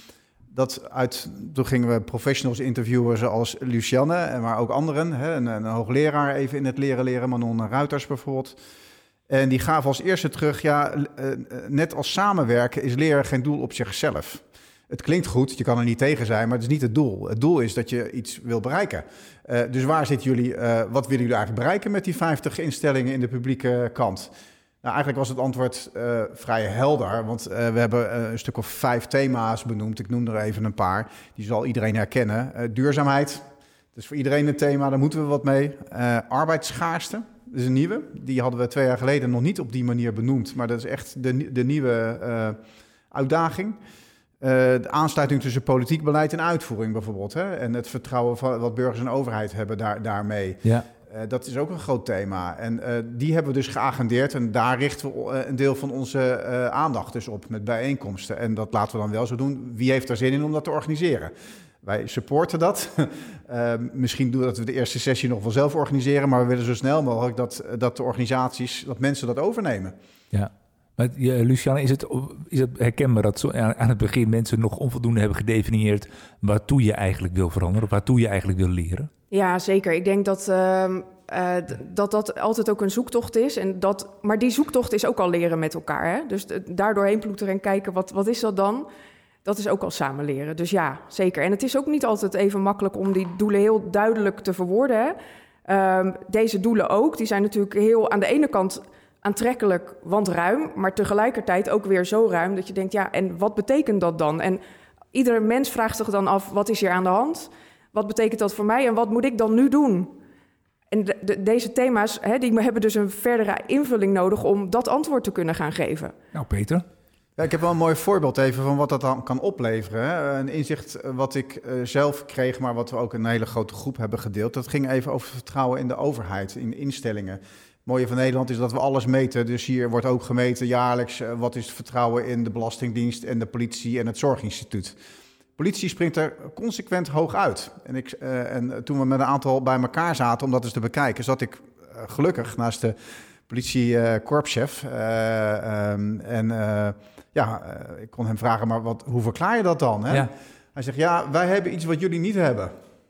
dat uit, toen gingen we professionals interviewen zoals Lucianne, maar ook anderen. Hè, een, een hoogleraar even in het leren leren, Manon Ruiters bijvoorbeeld. En die gaven als eerste terug, ja, uh, net als samenwerken is leren geen doel op zichzelf. Het klinkt goed, je kan er niet tegen zijn, maar het is niet het doel. Het doel is dat je iets wil bereiken. Uh, dus waar zitten jullie, uh, wat willen jullie eigenlijk bereiken met die vijftig instellingen in de publieke kant? Nou, eigenlijk was het antwoord uh, vrij helder, want uh, we hebben uh, een stuk of vijf thema's benoemd. Ik noem er even een paar, die zal iedereen herkennen. Uh, duurzaamheid, dat is voor iedereen een thema, daar moeten we wat mee. Uh, arbeidsschaarste, dat is een nieuwe. Die hadden we twee jaar geleden nog niet op die manier benoemd, maar dat is echt de, de nieuwe uh, uitdaging. Uh, de aansluiting tussen politiek beleid en uitvoering bijvoorbeeld. Hè? En het vertrouwen van wat burgers en overheid hebben daar, daarmee. Ja. Uh, dat is ook een groot thema. En uh, die hebben we dus geagendeerd. En daar richten we uh, een deel van onze uh, aandacht dus op met bijeenkomsten. En dat laten we dan wel zo doen. Wie heeft er zin in om dat te organiseren? Wij supporten dat. uh, misschien doen we dat we de eerste sessie nog wel zelf organiseren. Maar we willen zo snel mogelijk dat, dat de organisaties, dat mensen dat overnemen. Ja. Maar Lucianne, is het, is het herkenbaar dat zo aan het begin mensen nog onvoldoende hebben gedefinieerd waartoe je eigenlijk wil veranderen of waartoe je eigenlijk wil leren? Ja, zeker. Ik denk dat uh, uh, dat, dat altijd ook een zoektocht is. En dat, maar die zoektocht is ook al leren met elkaar. Hè? Dus uh, daardoorheen ploeteren en kijken, wat, wat is dat dan? Dat is ook al samen leren. Dus ja, zeker. En het is ook niet altijd even makkelijk om die doelen heel duidelijk te verwoorden. Hè? Uh, deze doelen ook, die zijn natuurlijk heel aan de ene kant aantrekkelijk, want ruim, maar tegelijkertijd ook weer zo ruim dat je denkt, ja, en wat betekent dat dan? En iedere mens vraagt zich dan af, wat is hier aan de hand? Wat betekent dat voor mij en wat moet ik dan nu doen? En de, de, deze thema's, hè, die hebben dus een verdere invulling nodig om dat antwoord te kunnen gaan geven. Nou, Peter? Ja, ik heb wel een mooi voorbeeld even van wat dat dan kan opleveren. Hè. Een inzicht wat ik uh, zelf kreeg, maar wat we ook in een hele grote groep hebben gedeeld. Dat ging even over vertrouwen in de overheid, in instellingen. Het mooie van Nederland is dat we alles meten. Dus hier wordt ook gemeten jaarlijks uh, wat is het vertrouwen in de Belastingdienst en de politie en het Zorginstituut. Politie springt er consequent hoog uit. En, ik, uh, en toen we met een aantal bij elkaar zaten om dat eens te bekijken, zat ik uh, gelukkig naast de politiekorpschef. Uh, uh, um, en uh, ja, uh, ik kon hem vragen, maar wat, hoe verklaar je dat dan? Hè? Ja. Hij zegt, ja, wij hebben iets wat jullie niet hebben.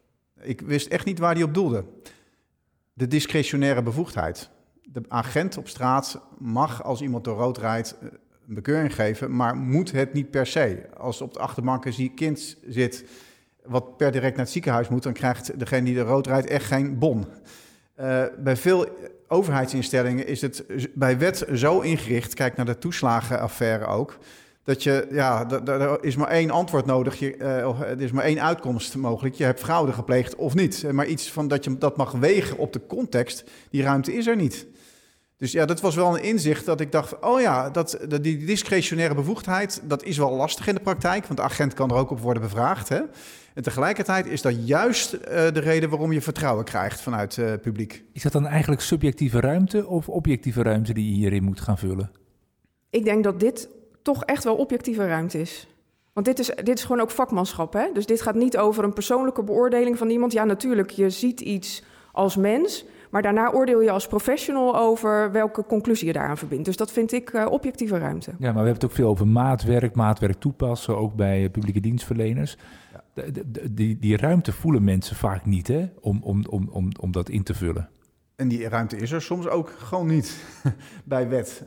Ik wist echt niet waar hij op doelde. De discretionaire bevoegdheid. De agent op straat mag, als iemand door rood rijdt, een bekeuring geven, maar moet het niet per se. Als op de achterbank een kind zit wat per direct naar het ziekenhuis moet, dan krijgt degene die door rood rijdt echt geen bon. Uh, bij veel overheidsinstellingen is het bij wet zo ingericht, kijk naar de toeslagenaffaire ook, dat je, ja, er is maar één antwoord nodig, je, uh, er is maar één uitkomst mogelijk. Je hebt fraude gepleegd of niet. Maar iets van dat je dat mag wegen op de context, die ruimte is er niet. Dus ja, dat was wel een inzicht dat ik dacht, oh ja, dat, dat die discretionaire bevoegdheid, dat is wel lastig in de praktijk, want de agent kan er ook op worden bevraagd. Hè? En tegelijkertijd is dat juist uh, de reden waarom je vertrouwen krijgt vanuit het uh, publiek. Is dat dan eigenlijk subjectieve ruimte of objectieve ruimte die je hierin moet gaan vullen? Ik denk dat dit toch echt wel objectieve ruimte is. Want dit is, dit is gewoon ook vakmanschap, hè? Dus dit gaat niet over een persoonlijke beoordeling van iemand. Ja, natuurlijk, je ziet iets als mens, Maar daarna oordeel je als professional over welke conclusie je daaraan verbindt. Dus dat vind ik uh, objectieve ruimte. Ja, maar we hebben het ook veel over maatwerk, maatwerk toepassen, ook bij uh, publieke dienstverleners. Ja. De, de, de, die, die ruimte voelen mensen vaak niet, hè, om, om, om, om, om dat in te vullen. En die ruimte is er soms ook gewoon niet bij wet.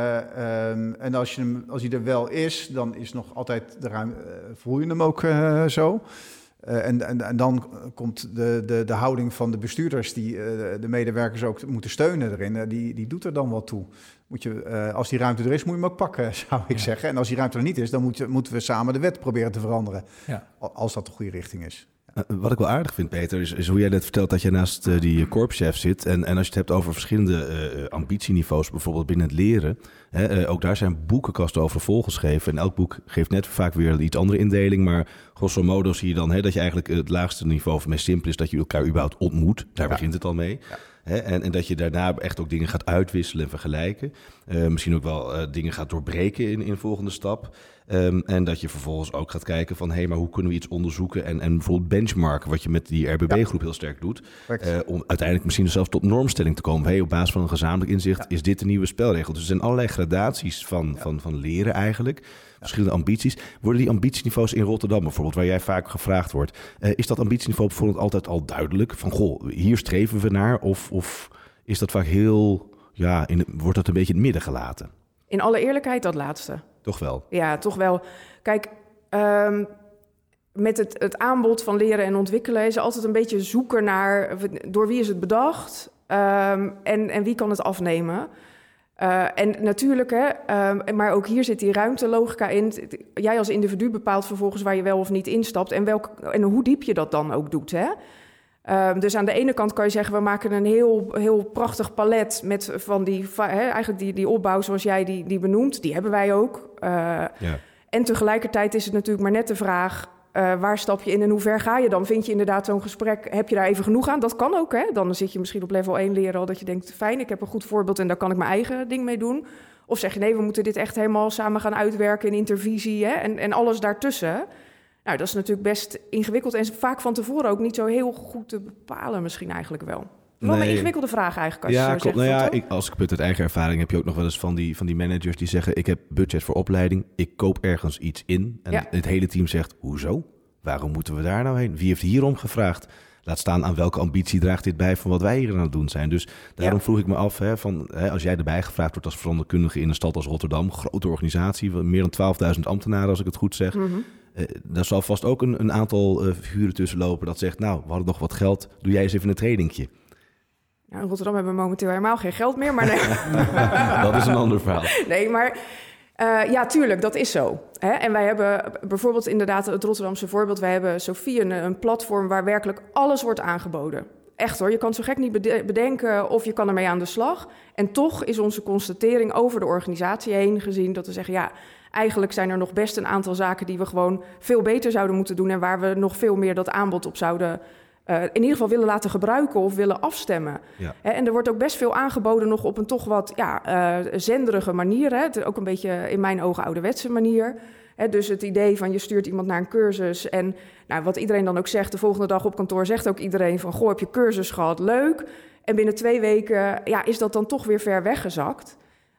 Uh, um, en als, je hem, als hij er wel is, dan is nog altijd de ruimte, uh, voel je hem ook uh, zo. Uh, en, en, en dan komt de, de, de houding van de bestuurders die uh, de medewerkers ook moeten steunen erin. Uh, die, die doet er dan wel toe. Moet je, uh, als die ruimte er is, moet je hem ook pakken, zou ik ja. zeggen. En als die ruimte er niet is, dan moet je, moeten we samen de wet proberen te veranderen. Ja. Als dat de goede richting is. Wat ik wel aardig vind, Peter, is, is hoe jij net vertelt dat je naast uh, die korpschef zit. En, en als je het hebt over verschillende uh, ambitieniveaus, bijvoorbeeld binnen het leren. Hè, uh, ook daar zijn boekenkasten over volgeschreven. En elk boek geeft net vaak weer een iets andere indeling. Maar grosso modo zie je dan hè, dat je eigenlijk het laagste niveau, of het meest simpel is, dat je elkaar überhaupt ontmoet. Daar ja. begint het al mee. Ja. Hè, en, en dat je daarna echt ook dingen gaat uitwisselen en vergelijken. Uh, misschien ook wel uh, dingen gaat doorbreken in, in de volgende stap. Um, en dat je vervolgens ook gaat kijken van... hé, hey, maar hoe kunnen we iets onderzoeken en, en bijvoorbeeld benchmarken... wat je met die R B B-groep ja. heel sterk doet... Uh, om uiteindelijk misschien zelfs tot normstelling te komen. Hey, op basis van een gezamenlijk inzicht ja. is dit de nieuwe spelregel. Dus er zijn allerlei gradaties van, ja. van, van leren eigenlijk. Verschillende ambities. Worden die ambitieniveaus in Rotterdam bijvoorbeeld... waar jij vaak gevraagd wordt... Uh, is dat ambitieniveau bijvoorbeeld altijd al duidelijk? Van, goh, hier streven we naar? Of, of is dat vaak heel... ja, in, wordt dat een beetje in het midden gelaten? In alle eerlijkheid, dat laatste. Toch wel? Ja, toch wel. Kijk, um, met het, het aanbod van leren en ontwikkelen... is er altijd een beetje zoeken naar... door wie is het bedacht um, en, en wie kan het afnemen... Uh, en natuurlijk, hè, uh, maar ook hier zit die ruimtelogica in. Jij als individu bepaalt vervolgens waar je wel of niet instapt... en, welk, en hoe diep je dat dan ook doet, hè? Uh, dus aan de ene kant kan je zeggen... we maken een heel, heel prachtig palet met van die, hè, eigenlijk die, die opbouw zoals jij die, die benoemt. Die hebben wij ook. Uh, ja. En tegelijkertijd is het natuurlijk maar net de vraag... Uh, waar stap je in en hoe ver ga je dan? Vind je inderdaad zo'n gesprek, heb je daar even genoeg aan? Dat kan ook, hè? Dan zit je misschien op level één leren al dat je denkt... fijn, ik heb een goed voorbeeld en daar kan ik mijn eigen ding mee doen. Of zeg je nee, we moeten dit echt helemaal samen gaan uitwerken in intervisie... Hè? En, en alles daartussen... Nou, dat is natuurlijk best ingewikkeld en vaak van tevoren ook niet zo heel goed te bepalen misschien eigenlijk wel. Wel nee. een ingewikkelde vraag eigenlijk als ja, je zo klopt. zegt. Nou ja, ik, als ik het uit eigen ervaring heb je ook nog wel eens van die, van die managers die zeggen... ik heb budget voor opleiding, ik koop ergens iets in. En ja. het hele team zegt, hoezo? Waarom moeten we daar nou heen? Wie heeft hierom gevraagd? Laat staan aan welke ambitie draagt dit bij van wat wij hier aan het doen zijn. Dus daarom ja. vroeg ik me af, hè, van, hè, als jij erbij gevraagd wordt als veranderkundige in een stad als Rotterdam... grote organisatie, meer dan twaalfduizend ambtenaren als ik het goed zeg... Mm-hmm. Uh, daar zal vast ook een, een aantal uh, figuren tussen lopen dat zegt... nou, we hadden nog wat geld, doe jij eens even een trainingje. Nou, in Rotterdam hebben we momenteel helemaal geen geld meer, maar nee. Dat is een ander verhaal. Nee, maar uh, ja, tuurlijk, dat is zo. Hè? En wij hebben bijvoorbeeld inderdaad het Rotterdamse voorbeeld... wij hebben Sophie, een, een platform waar werkelijk alles wordt aangeboden. Echt hoor, je kan het zo gek niet bedenken of je kan ermee aan de slag. En toch is onze constatering over de organisatie heen gezien... dat we zeggen, ja... Eigenlijk zijn er nog best een aantal zaken die we gewoon veel beter zouden moeten doen... en waar we nog veel meer dat aanbod op zouden uh, in ieder geval willen laten gebruiken of willen afstemmen. Ja. Hè, en er wordt ook best veel aangeboden nog op een toch wat ja, uh, zenderige manier. Hè? Het, ook een beetje in mijn ogen ouderwetse manier. Hè? Dus het idee van je stuurt iemand naar een cursus... en nou, wat iedereen dan ook zegt, de volgende dag op kantoor zegt ook iedereen van... goh, heb je cursus gehad, leuk. En binnen twee weken ja, is dat dan toch weer ver weggezakt...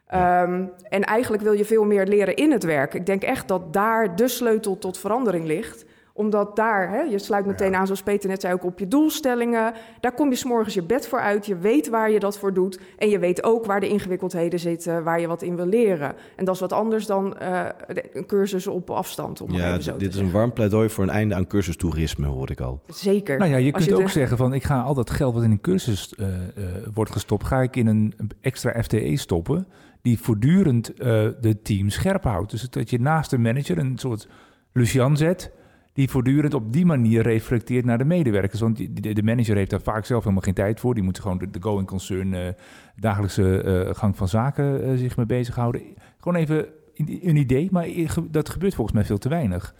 Um, en eigenlijk wil je veel meer leren in het werk. Ik denk echt dat daar de sleutel tot verandering ligt. Omdat daar, hè, je sluit meteen ja. aan, zoals Peter net zei, ook op je doelstellingen. Daar kom je 's morgens je bed voor uit. Je weet waar je dat voor doet. En je weet ook waar de ingewikkeldheden zitten, waar je wat in wil leren. En dat is wat anders dan uh, een cursus op afstand. Om ja, even zo dit te is een warm pleidooi voor een einde aan cursustoerisme, hoor ik al. Zeker. Nou ja, je Als kunt je ook de... zeggen van, ik ga al dat geld wat in een cursus uh, uh, wordt gestopt... ga ik in een extra F T E stoppen... die voortdurend uh, de team scherp houdt. Dus dat je naast de manager een soort Lucian zet... die voortdurend op die manier reflecteert naar de medewerkers. Want die, de manager heeft daar vaak zelf helemaal geen tijd voor. Die moet gewoon de, de going concern, uh, dagelijkse uh, gang van zaken uh, zich mee bezighouden. Gewoon even een idee, maar dat gebeurt volgens mij veel te weinig.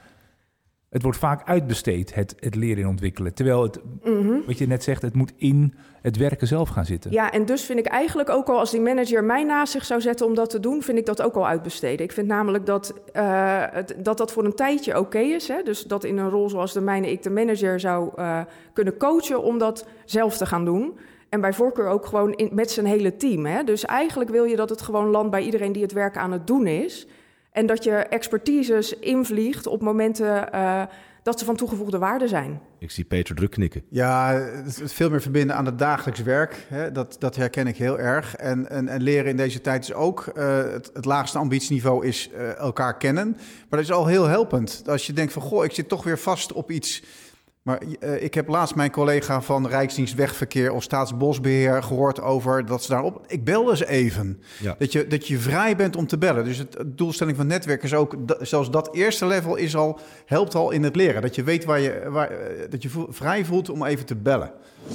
Het wordt vaak uitbesteed, het, het leren en ontwikkelen. Terwijl het, mm-hmm. wat je net zegt, het moet in het werken zelf gaan zitten. Ja, en dus vind ik eigenlijk ook al, als die manager mij naast zich zou zetten om dat te doen, vind ik dat ook al uitbesteden. Ik vind namelijk dat uh, het, dat, dat voor een tijdje oké okay is. Hè? Dus dat in een rol zoals de mijne ik de manager zou uh, kunnen coachen om dat zelf te gaan doen. En bij voorkeur ook gewoon in, met zijn hele team. Hè? Dus eigenlijk wil je dat het gewoon landt bij iedereen die het werk aan het doen is. En dat je expertises invliegt op momenten uh, dat ze van toegevoegde waarde zijn. Ik zie Peter druk knikken. Ja, het veel meer verbinden aan het dagelijks werk. Hè, dat, dat herken ik heel erg. En, en, en leren in deze tijd is ook... Uh, het, het laagste ambitieniveau is uh, elkaar kennen. Maar dat is al heel helpend. Als je denkt van, goh, ik zit toch weer vast op iets... Maar uh, ik heb laatst mijn collega van Rijksdienst Wegverkeer of Staatsbosbeheer gehoord over dat ze daarop... Ik belde ze even. Ja. Dat, je, dat je vrij bent om te bellen. Dus het, het doelstelling van het netwerk is ook... Dat, zelfs dat eerste level is al, helpt al in het leren. Dat je weet waar je... Waar, uh, dat je vo- vrij voelt om even te bellen.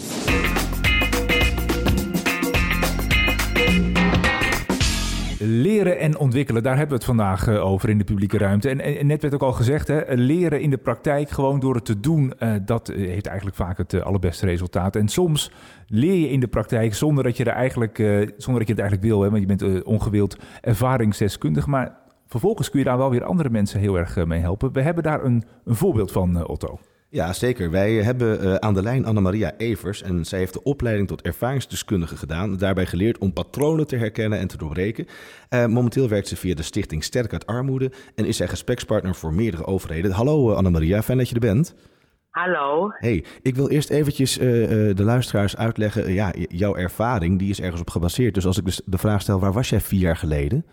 Leren en ontwikkelen, daar hebben we het vandaag uh, over in de publieke ruimte. En, en net werd ook al gezegd, hè, leren in de praktijk, gewoon door het te doen, uh, dat heeft eigenlijk vaak het uh, allerbeste resultaat. En soms leer je in de praktijk zonder dat je, er eigenlijk, uh, zonder dat je het eigenlijk wil, hè, want je bent uh, ongewild ervaringsdeskundig. Maar vervolgens kun je daar wel weer andere mensen heel erg uh, mee helpen. We hebben daar een, een voorbeeld van, uh, Otto. Ja, zeker. Wij hebben uh, aan de lijn Annemaria Evers en zij heeft de opleiding tot ervaringsdeskundige gedaan. Daarbij geleerd om patronen te herkennen en te doorbreken. Uh, momenteel werkt ze via de stichting Sterk uit Armoede en is zij gesprekspartner voor meerdere overheden. Hallo uh, Annemaria, fijn dat je er bent. Hallo. Hey, ik wil eerst eventjes uh, uh, de luisteraars uitleggen. Uh, ja, jouw ervaring die is ergens op gebaseerd. Dus als ik dus de vraag stel, waar was jij vier jaar geleden?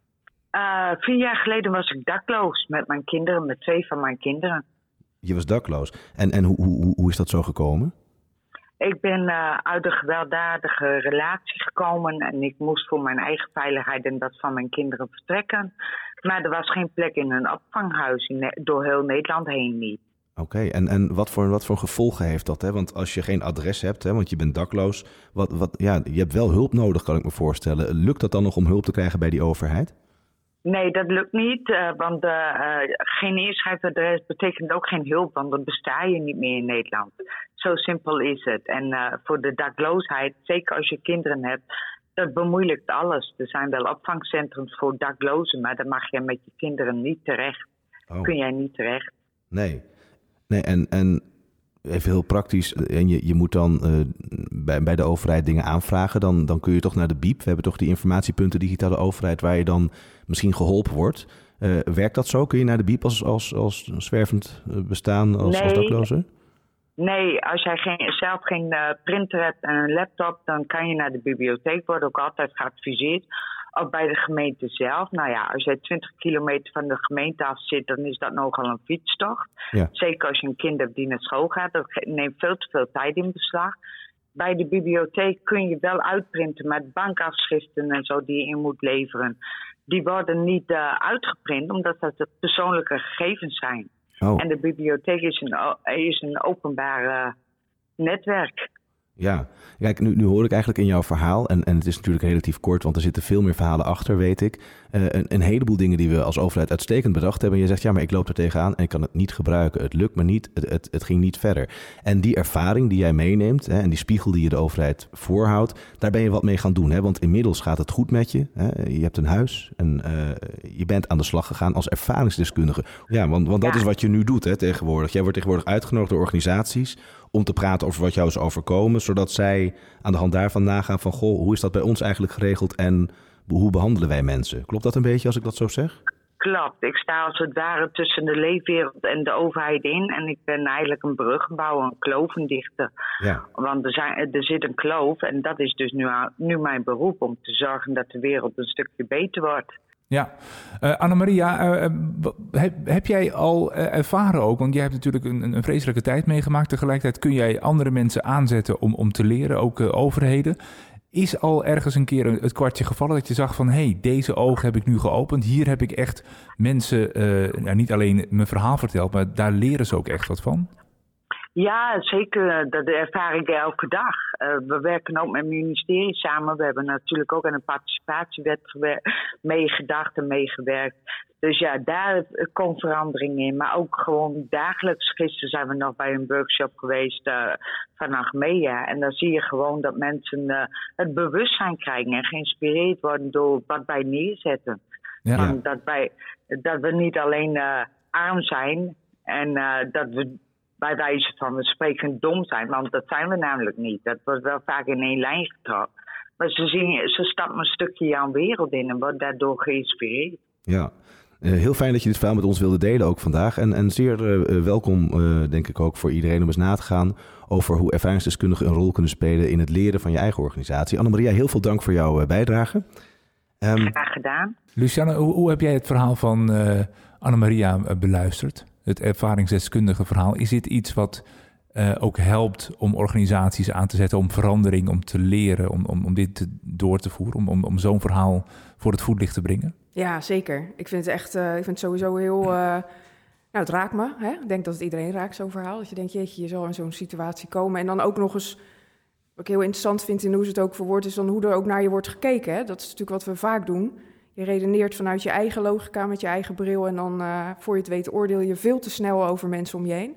Uh, vier jaar geleden was ik dakloos met mijn kinderen, met twee van mijn kinderen. Je was dakloos. En, en hoe, hoe, hoe is dat zo gekomen? Ik ben uh, uit een gewelddadige relatie gekomen en ik moest voor mijn eigen veiligheid en dat van mijn kinderen vertrekken. Maar er was geen plek in een opvanghuis, in, door heel Nederland heen niet. Oké, okay, en, en wat, voor, wat voor gevolgen heeft dat? Hè? Want als je geen adres hebt, hè, want je bent dakloos, wat, wat, ja, je hebt wel hulp nodig, kan ik me voorstellen. Lukt dat dan nog om hulp te krijgen bij die overheid? Nee, dat lukt niet, uh, want uh, uh, geen inschrijfadres betekent ook geen hulp, want dan besta je niet meer in Nederland. Zo simpel is het. En uh, voor de dakloosheid, zeker als je kinderen hebt, dat bemoeilijkt alles. Er zijn wel opvangcentrums voor daklozen, maar daar mag je met je kinderen niet terecht. Oh. Kun jij niet terecht. Nee, nee en... en... Even heel praktisch, en je, je moet dan uh, bij, bij de overheid dingen aanvragen, dan, dan kun je toch naar de B I E P. We hebben toch die informatiepunten digitale overheid waar je dan misschien geholpen wordt. Uh, werkt dat zo? Kun je naar de B I E P als, als, als zwervend bestaan als, nee, als dakloze? Nee, als jij geen, zelf geen uh, printer hebt en een laptop, dan kan je naar de bibliotheek, wordt ook altijd geadviseerd. Ook bij de gemeente zelf. Nou ja, als jij twintig kilometer van de gemeente af zit, dan is dat nogal een fietstocht. Ja. Zeker als je een kind hebt die naar school gaat. Dat neemt veel te veel tijd in beslag. Bij de bibliotheek kun je wel uitprinten, maar bankafschriften en zo die je in moet leveren, die worden niet uh, uitgeprint, omdat dat persoonlijke gegevens zijn. Oh. En de bibliotheek is een, is een openbaar uh, netwerk. Ja, kijk, nu, nu hoor ik eigenlijk in jouw verhaal, en, en het is natuurlijk relatief kort, want er zitten veel meer verhalen achter, weet ik. Uh, een, een heleboel dingen die we als overheid uitstekend bedacht hebben. En je zegt, ja, maar ik loop er tegenaan en ik kan het niet gebruiken. Het lukt me niet, het, het, het ging niet verder. En die ervaring die jij meeneemt, hè, en die spiegel die je de overheid voorhoudt, daar ben je wat mee gaan doen. Hè? Want inmiddels gaat het goed met je. Hè? Je hebt een huis en uh, je bent aan de slag gegaan als ervaringsdeskundige. Ja, want, want dat ja. is wat je nu doet hè, tegenwoordig. Jij wordt tegenwoordig uitgenodigd door organisaties om te praten over wat jou is overkomen, zodat zij aan de hand daarvan nagaan van, goh, hoe is dat bij ons eigenlijk geregeld en hoe behandelen wij mensen? Klopt dat een beetje als ik dat zo zeg? Klopt. Ik sta als het ware tussen de leefwereld en de overheid in en ik ben eigenlijk een bruggenbouwer, een klovendichter. Ja. Want er, zijn, er zit een kloof en dat is dus nu, nu mijn beroep om te zorgen dat de wereld een stukje beter wordt. Ja, uh, Annemaria, uh, heb, heb jij al uh, ervaren ook, want jij hebt natuurlijk een, een vreselijke tijd meegemaakt. Tegelijkertijd kun jij andere mensen aanzetten om, om te leren, ook uh, overheden. Is al ergens een keer het kwartje gevallen dat je zag van, hé, hey, deze ogen heb ik nu geopend. Hier heb ik echt mensen, uh, nou, niet alleen mijn verhaal verteld, maar daar leren ze ook echt wat van? Ja, zeker. Dat ervaar ik elke dag. Uh, we werken ook met het ministerie samen. We hebben natuurlijk ook aan een participatiewet gewer- meegedacht en meegewerkt. Dus ja, daar komt verandering in. Maar ook gewoon dagelijks. Gisteren zijn we nog bij een workshop geweest uh, van Achmea. En dan zie je gewoon dat mensen uh, het bewustzijn krijgen en geïnspireerd worden door wat wij neerzetten. Ja. Van dat, wij, dat we niet alleen uh, arm zijn en uh, dat we bij wijze van we spreken dom zijn. Want dat zijn we namelijk niet. Dat wordt wel vaak in één lijn getrapt. Maar ze, zien, ze stappen een stukje jouw wereld in en worden daardoor geïnspireerd. Ja, uh, heel fijn dat je dit verhaal met ons wilde delen ook vandaag. En, en zeer uh, welkom, uh, denk ik ook, voor iedereen om eens na te gaan over hoe ervaringsdeskundigen een rol kunnen spelen in het leren van je eigen organisatie. Annemaria, heel veel dank voor jouw uh, bijdrage. Um, Graag gedaan. Lucianne, hoe, hoe heb jij het verhaal van uh, Annemaria uh, beluisterd? Het ervaringsdeskundige verhaal. Is dit iets wat uh, ook helpt om organisaties aan te zetten, om verandering, om te leren, om, om, om dit te, door te voeren, om, om, om zo'n verhaal voor het voetlicht te brengen? Ja, zeker. Ik vind het echt, uh, ik vind het sowieso heel... Uh, nou, het raakt me. Hè? Ik denk dat het iedereen raakt, zo'n verhaal. Dat je denkt, jeetje, je zal in zo'n situatie komen. En dan ook nog eens, wat ik heel interessant vind in hoe ze het ook verwoord, is dan hoe er ook naar je wordt gekeken. Hè? Dat is natuurlijk wat we vaak doen. Je redeneert vanuit je eigen logica, met je eigen bril. En dan, uh, voor je het weet, oordeel je veel te snel over mensen om je heen.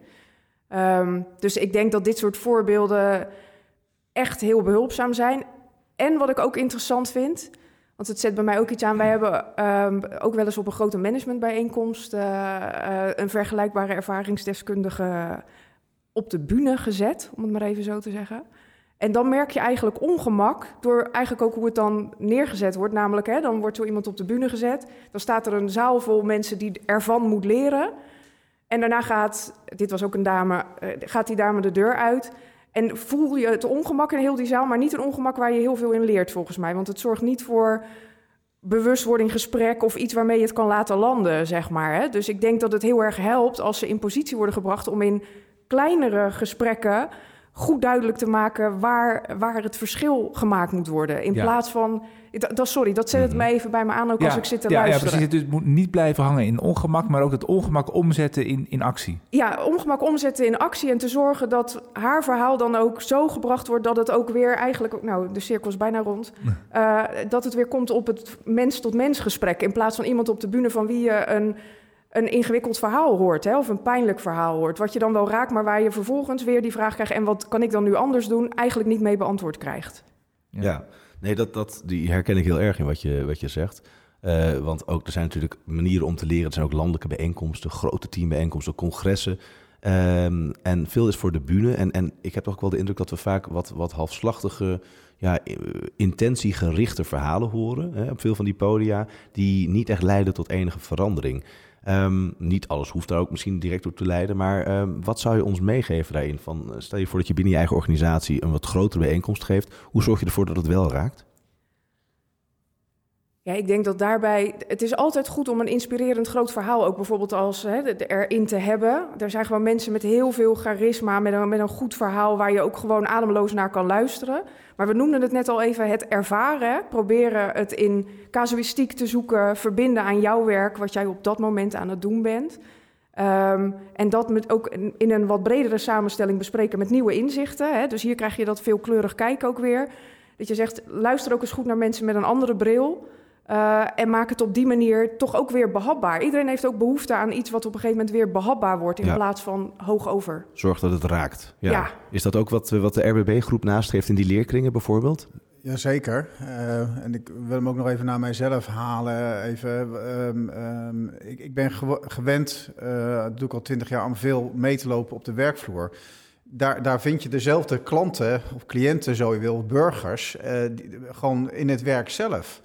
Um, dus ik denk dat dit soort voorbeelden echt heel behulpzaam zijn. En wat ik ook interessant vind, want het zet bij mij ook iets aan. Wij hebben um, ook wel eens op een grote managementbijeenkomst uh, uh, een vergelijkbare ervaringsdeskundige op de bühne gezet, om het maar even zo te zeggen. En dan merk je eigenlijk ongemak door eigenlijk ook hoe het dan neergezet wordt. Namelijk, hè, dan wordt zo iemand op de bühne gezet. Dan staat er een zaal vol mensen die ervan moet leren. En daarna gaat, dit was ook een dame, uh, gaat die dame de deur uit. En voel je het ongemak in heel die zaal, maar niet een ongemak waar je heel veel in leert volgens mij. Want het zorgt niet voor bewustwording, gesprek of iets waarmee je het kan laten landen, zeg maar. Hè. Dus ik denk dat het heel erg helpt als ze in positie worden gebracht om in kleinere gesprekken goed duidelijk te maken waar, waar het verschil gemaakt moet worden. In ja. plaats van... Dat, sorry, dat zet het me even bij me aan, ook ja, als ik zit te ja, luisteren. Ja, precies. Het moet niet blijven hangen in ongemak, maar ook het ongemak omzetten in, in actie. Ja, ongemak omzetten in actie en te zorgen dat haar verhaal dan ook zo gebracht wordt dat het ook weer eigenlijk... Nou, de cirkel is bijna rond. Uh, dat het weer komt op het mens-tot-mens gesprek, in plaats van iemand op de bühne van wie je een... een ingewikkeld verhaal hoort, hè, of een pijnlijk verhaal hoort, wat je dan wel raakt, maar waar je vervolgens weer die vraag krijgt, en wat kan ik dan nu anders doen, eigenlijk niet mee beantwoord krijgt. Ja, ja. nee, dat, dat, die herken ik heel erg in wat je, wat je zegt. Uh, want ook, er zijn natuurlijk manieren om te leren. Er zijn ook landelijke bijeenkomsten, grote teambijeenkomsten, congressen. Um, en veel is voor de bühne. En, en ik heb toch ook wel de indruk dat we vaak wat, wat halfslachtige, ja, intentiegerichte verhalen horen, hè, op veel van die podia, die niet echt leiden tot enige verandering. Um, niet alles hoeft daar ook misschien direct door te leiden, maar um, wat zou je ons meegeven daarin? Van, uh, stel je voor dat je binnen je eigen organisatie een wat grotere bijeenkomst geeft. Hoe zorg je ervoor dat het wel raakt? Ja, ik denk dat daarbij... Het is altijd goed om een inspirerend groot verhaal ook bijvoorbeeld als hè, erin te hebben. Er zijn gewoon mensen met heel veel charisma, met een, met een goed verhaal waar je ook gewoon ademloos naar kan luisteren. Maar we noemden het net al even het ervaren. Proberen het in casuïstiek te zoeken, verbinden aan jouw werk, wat jij op dat moment aan het doen bent. Um, en dat met ook in een wat bredere samenstelling bespreken met nieuwe inzichten. Hè. Dus hier krijg je dat veelkleurig kijken ook weer. Dat je zegt, luister ook eens goed naar mensen met een andere bril. Uh, en maak het op die manier toch ook weer behapbaar. Iedereen heeft ook behoefte aan iets wat op een gegeven moment weer behapbaar wordt in ja. plaats van hoog over. Zorg dat het raakt. Ja. Ja. Is dat ook wat, wat de R B B-groep nastreeft in die leerkringen bijvoorbeeld? Jazeker. Uh, en ik wil hem ook nog even naar mijzelf halen. Even, um, um, ik, ik ben gew- gewend, uh, dat doe ik al twintig jaar, om veel mee te lopen op de werkvloer. Daar, daar vind je dezelfde klanten of cliënten, zo je wil, of burgers, uh, die, gewoon in het werk zelf.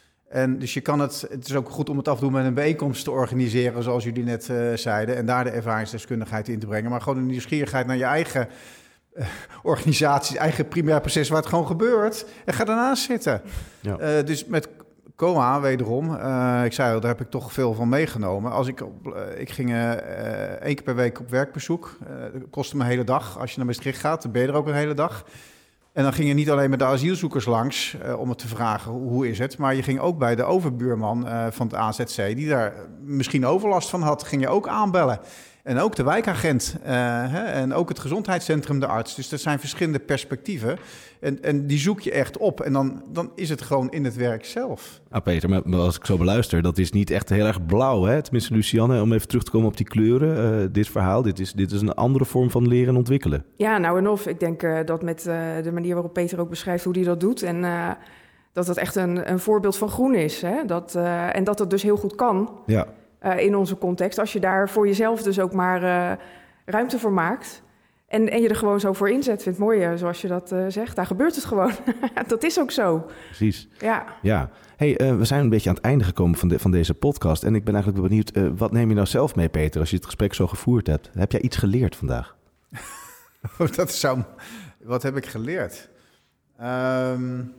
En dus je kan het, het is ook goed om het af en toe met een bijeenkomst te organiseren, zoals jullie net uh, zeiden, en daar de ervaringsdeskundigheid in te brengen. Maar gewoon een nieuwsgierigheid naar je eigen uh, organisatie, eigen primair proces waar het gewoon gebeurt. En ga daarnaast zitten. Ja. Uh, dus met C O A wederom, uh, ik zei al, daar heb ik toch veel van meegenomen. Als ik, op, uh, ik ging uh, één keer per week op werkbezoek. Uh, dat kostte me een hele dag. Als je naar Maastricht gaat, dan ben je er ook een hele dag. En dan ging je niet alleen met de asielzoekers langs uh, om het te vragen hoe, hoe is het, maar je ging ook bij de overbuurman uh, van het A Z C, die daar misschien overlast van had, ging je ook aanbellen. En ook de wijkagent uh, hè, en ook het gezondheidscentrum, de arts. Dus dat zijn verschillende perspectieven. En, en die zoek je echt op. En dan, dan is het gewoon in het werk zelf. Ah, Peter, maar, maar als ik zo beluister, dat is niet echt heel erg blauw, hè? Tenminste, Lucianne, om even terug te komen op die kleuren. Uh, dit verhaal, dit is, dit is een andere vorm van leren en ontwikkelen. Ja, nou en of. Ik denk uh, dat met uh, de manier waarop Peter ook beschrijft hoe hij dat doet. En uh, dat het echt een, een voorbeeld van groen is. Hè? Dat, uh, en dat het dus heel goed kan. Ja. Uh, in onze context. Als je daar voor jezelf dus ook maar uh, ruimte voor maakt. En, en je er gewoon zo voor inzet. Vindt het mooi, uh, zoals je dat uh, zegt. Daar gebeurt het gewoon. Dat is ook zo. Precies. Ja. ja. Hey, uh, we zijn een beetje aan het einde gekomen van, de, van deze podcast. En ik ben eigenlijk benieuwd, uh, wat neem je nou zelf mee, Peter, als je het gesprek zo gevoerd hebt? Heb jij iets geleerd vandaag? Dat zou... Wat heb ik geleerd? Um,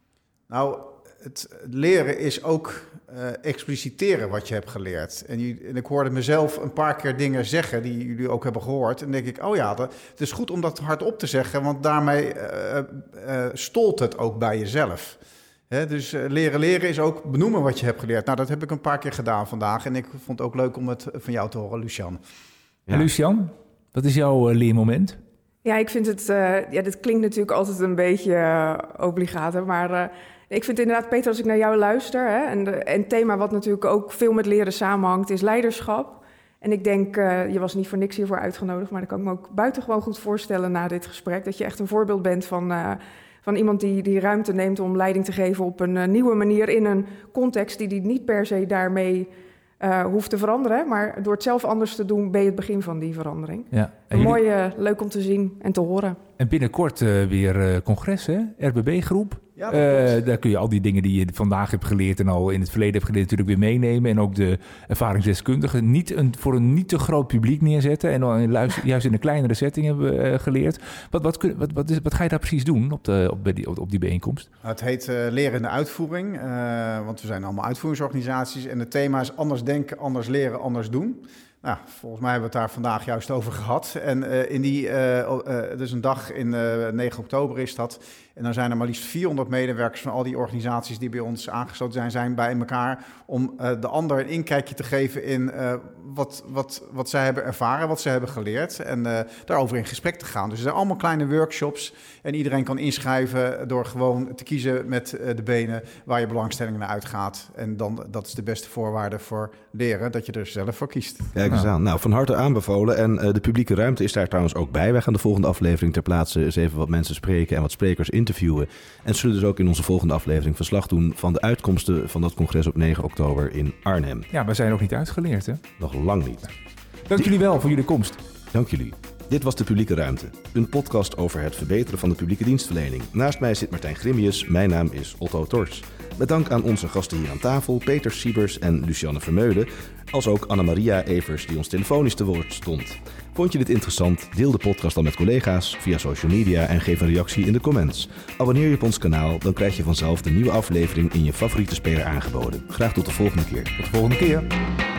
nou, het leren is ook uh, expliciteren wat je hebt geleerd. En, je, en ik hoorde mezelf een paar keer dingen zeggen die jullie ook hebben gehoord. En dan denk ik, oh ja, dat, het is goed om dat hardop te zeggen, want daarmee uh, uh, stolt het ook bij jezelf. He, dus uh, leren leren is ook benoemen wat je hebt geleerd. Nou, dat heb ik een paar keer gedaan vandaag. En ik vond het ook leuk om het van jou te horen, Lucian. Ja. En Lucian, wat is jouw uh, leermoment? Ja, ik vind het... Uh, ja, dit klinkt natuurlijk altijd een beetje uh, obligaat, hè, maar... Uh, ik vind inderdaad, Peter, als ik naar jou luister... Hè, en, de, en het thema wat natuurlijk ook veel met leren samenhangt, is leiderschap. En ik denk, uh, je was niet voor niks hiervoor uitgenodigd... maar dat kan ik me ook buitengewoon goed voorstellen na dit gesprek... dat je echt een voorbeeld bent van, uh, van iemand die, die ruimte neemt... om leiding te geven op een uh, nieuwe manier in een context... die die niet per se daarmee uh, hoeft te veranderen. Maar door het zelf anders te doen, ben je het begin van die verandering. Ja. En jullie... Mooi, uh, leuk om te zien en te horen. En binnenkort uh, weer uh, congres, hè? R B B-groep. Ja, uh, daar kun je al die dingen die je vandaag hebt geleerd en al in het verleden hebt geleerd natuurlijk weer meenemen. En ook de ervaringsdeskundigen niet een, voor een niet te groot publiek neerzetten. En dan luister, juist in een kleinere setting hebben uh, geleerd. Wat, wat, wat, wat, is, wat ga je daar precies doen op, de, op, die, op, op die bijeenkomst? Het heet uh, Leren in de Uitvoering. Uh, want we zijn allemaal uitvoeringsorganisaties. En het thema is anders denken, anders leren, anders doen. Nou, volgens mij hebben we het daar vandaag juist over gehad. En uh, in die, uh, uh, dus een dag in uh, negen oktober is dat. En dan zijn er maar liefst vierhonderd medewerkers van al die organisaties die bij ons aangesloten zijn, zijn bij elkaar om uh, de ander een inkijkje te geven in uh, wat, wat, wat zij hebben ervaren, wat ze hebben geleerd en uh, daarover in gesprek te gaan. Dus er zijn allemaal kleine workshops en iedereen kan inschrijven door gewoon te kiezen met uh, de benen waar je belangstelling naar uitgaat. En dan, dat is de beste voorwaarde voor leren, dat je er zelf voor kiest. Kijk eens aan. Nou, van harte aanbevolen. En uh, de publieke ruimte is daar trouwens ook bij. Wij gaan de volgende aflevering ter plaatse eens even wat mensen spreken en wat sprekers interviewen. En zullen dus ook in onze volgende aflevering verslag doen van de uitkomsten van dat congres op negen oktober in Arnhem. Ja, we zijn nog niet uitgeleerd, hè? Nog lang niet. Dank jullie wel voor jullie komst. Dank jullie. Dit was De Publieke Ruimte, een podcast over het verbeteren van de publieke dienstverlening. Naast mij zit Martijn Grimius, mijn naam is Otto Tors. Met dank aan onze gasten hier aan tafel, Peter Siebers en Lucianne Vermeulen, als ook Anna-Maria Evers die ons telefonisch te woord stond. Vond je dit interessant? Deel de podcast dan met collega's via social media en geef een reactie in de comments. Abonneer je op ons kanaal, dan krijg je vanzelf de nieuwe aflevering in je favoriete speler aangeboden. Graag tot de volgende keer. Tot de volgende keer.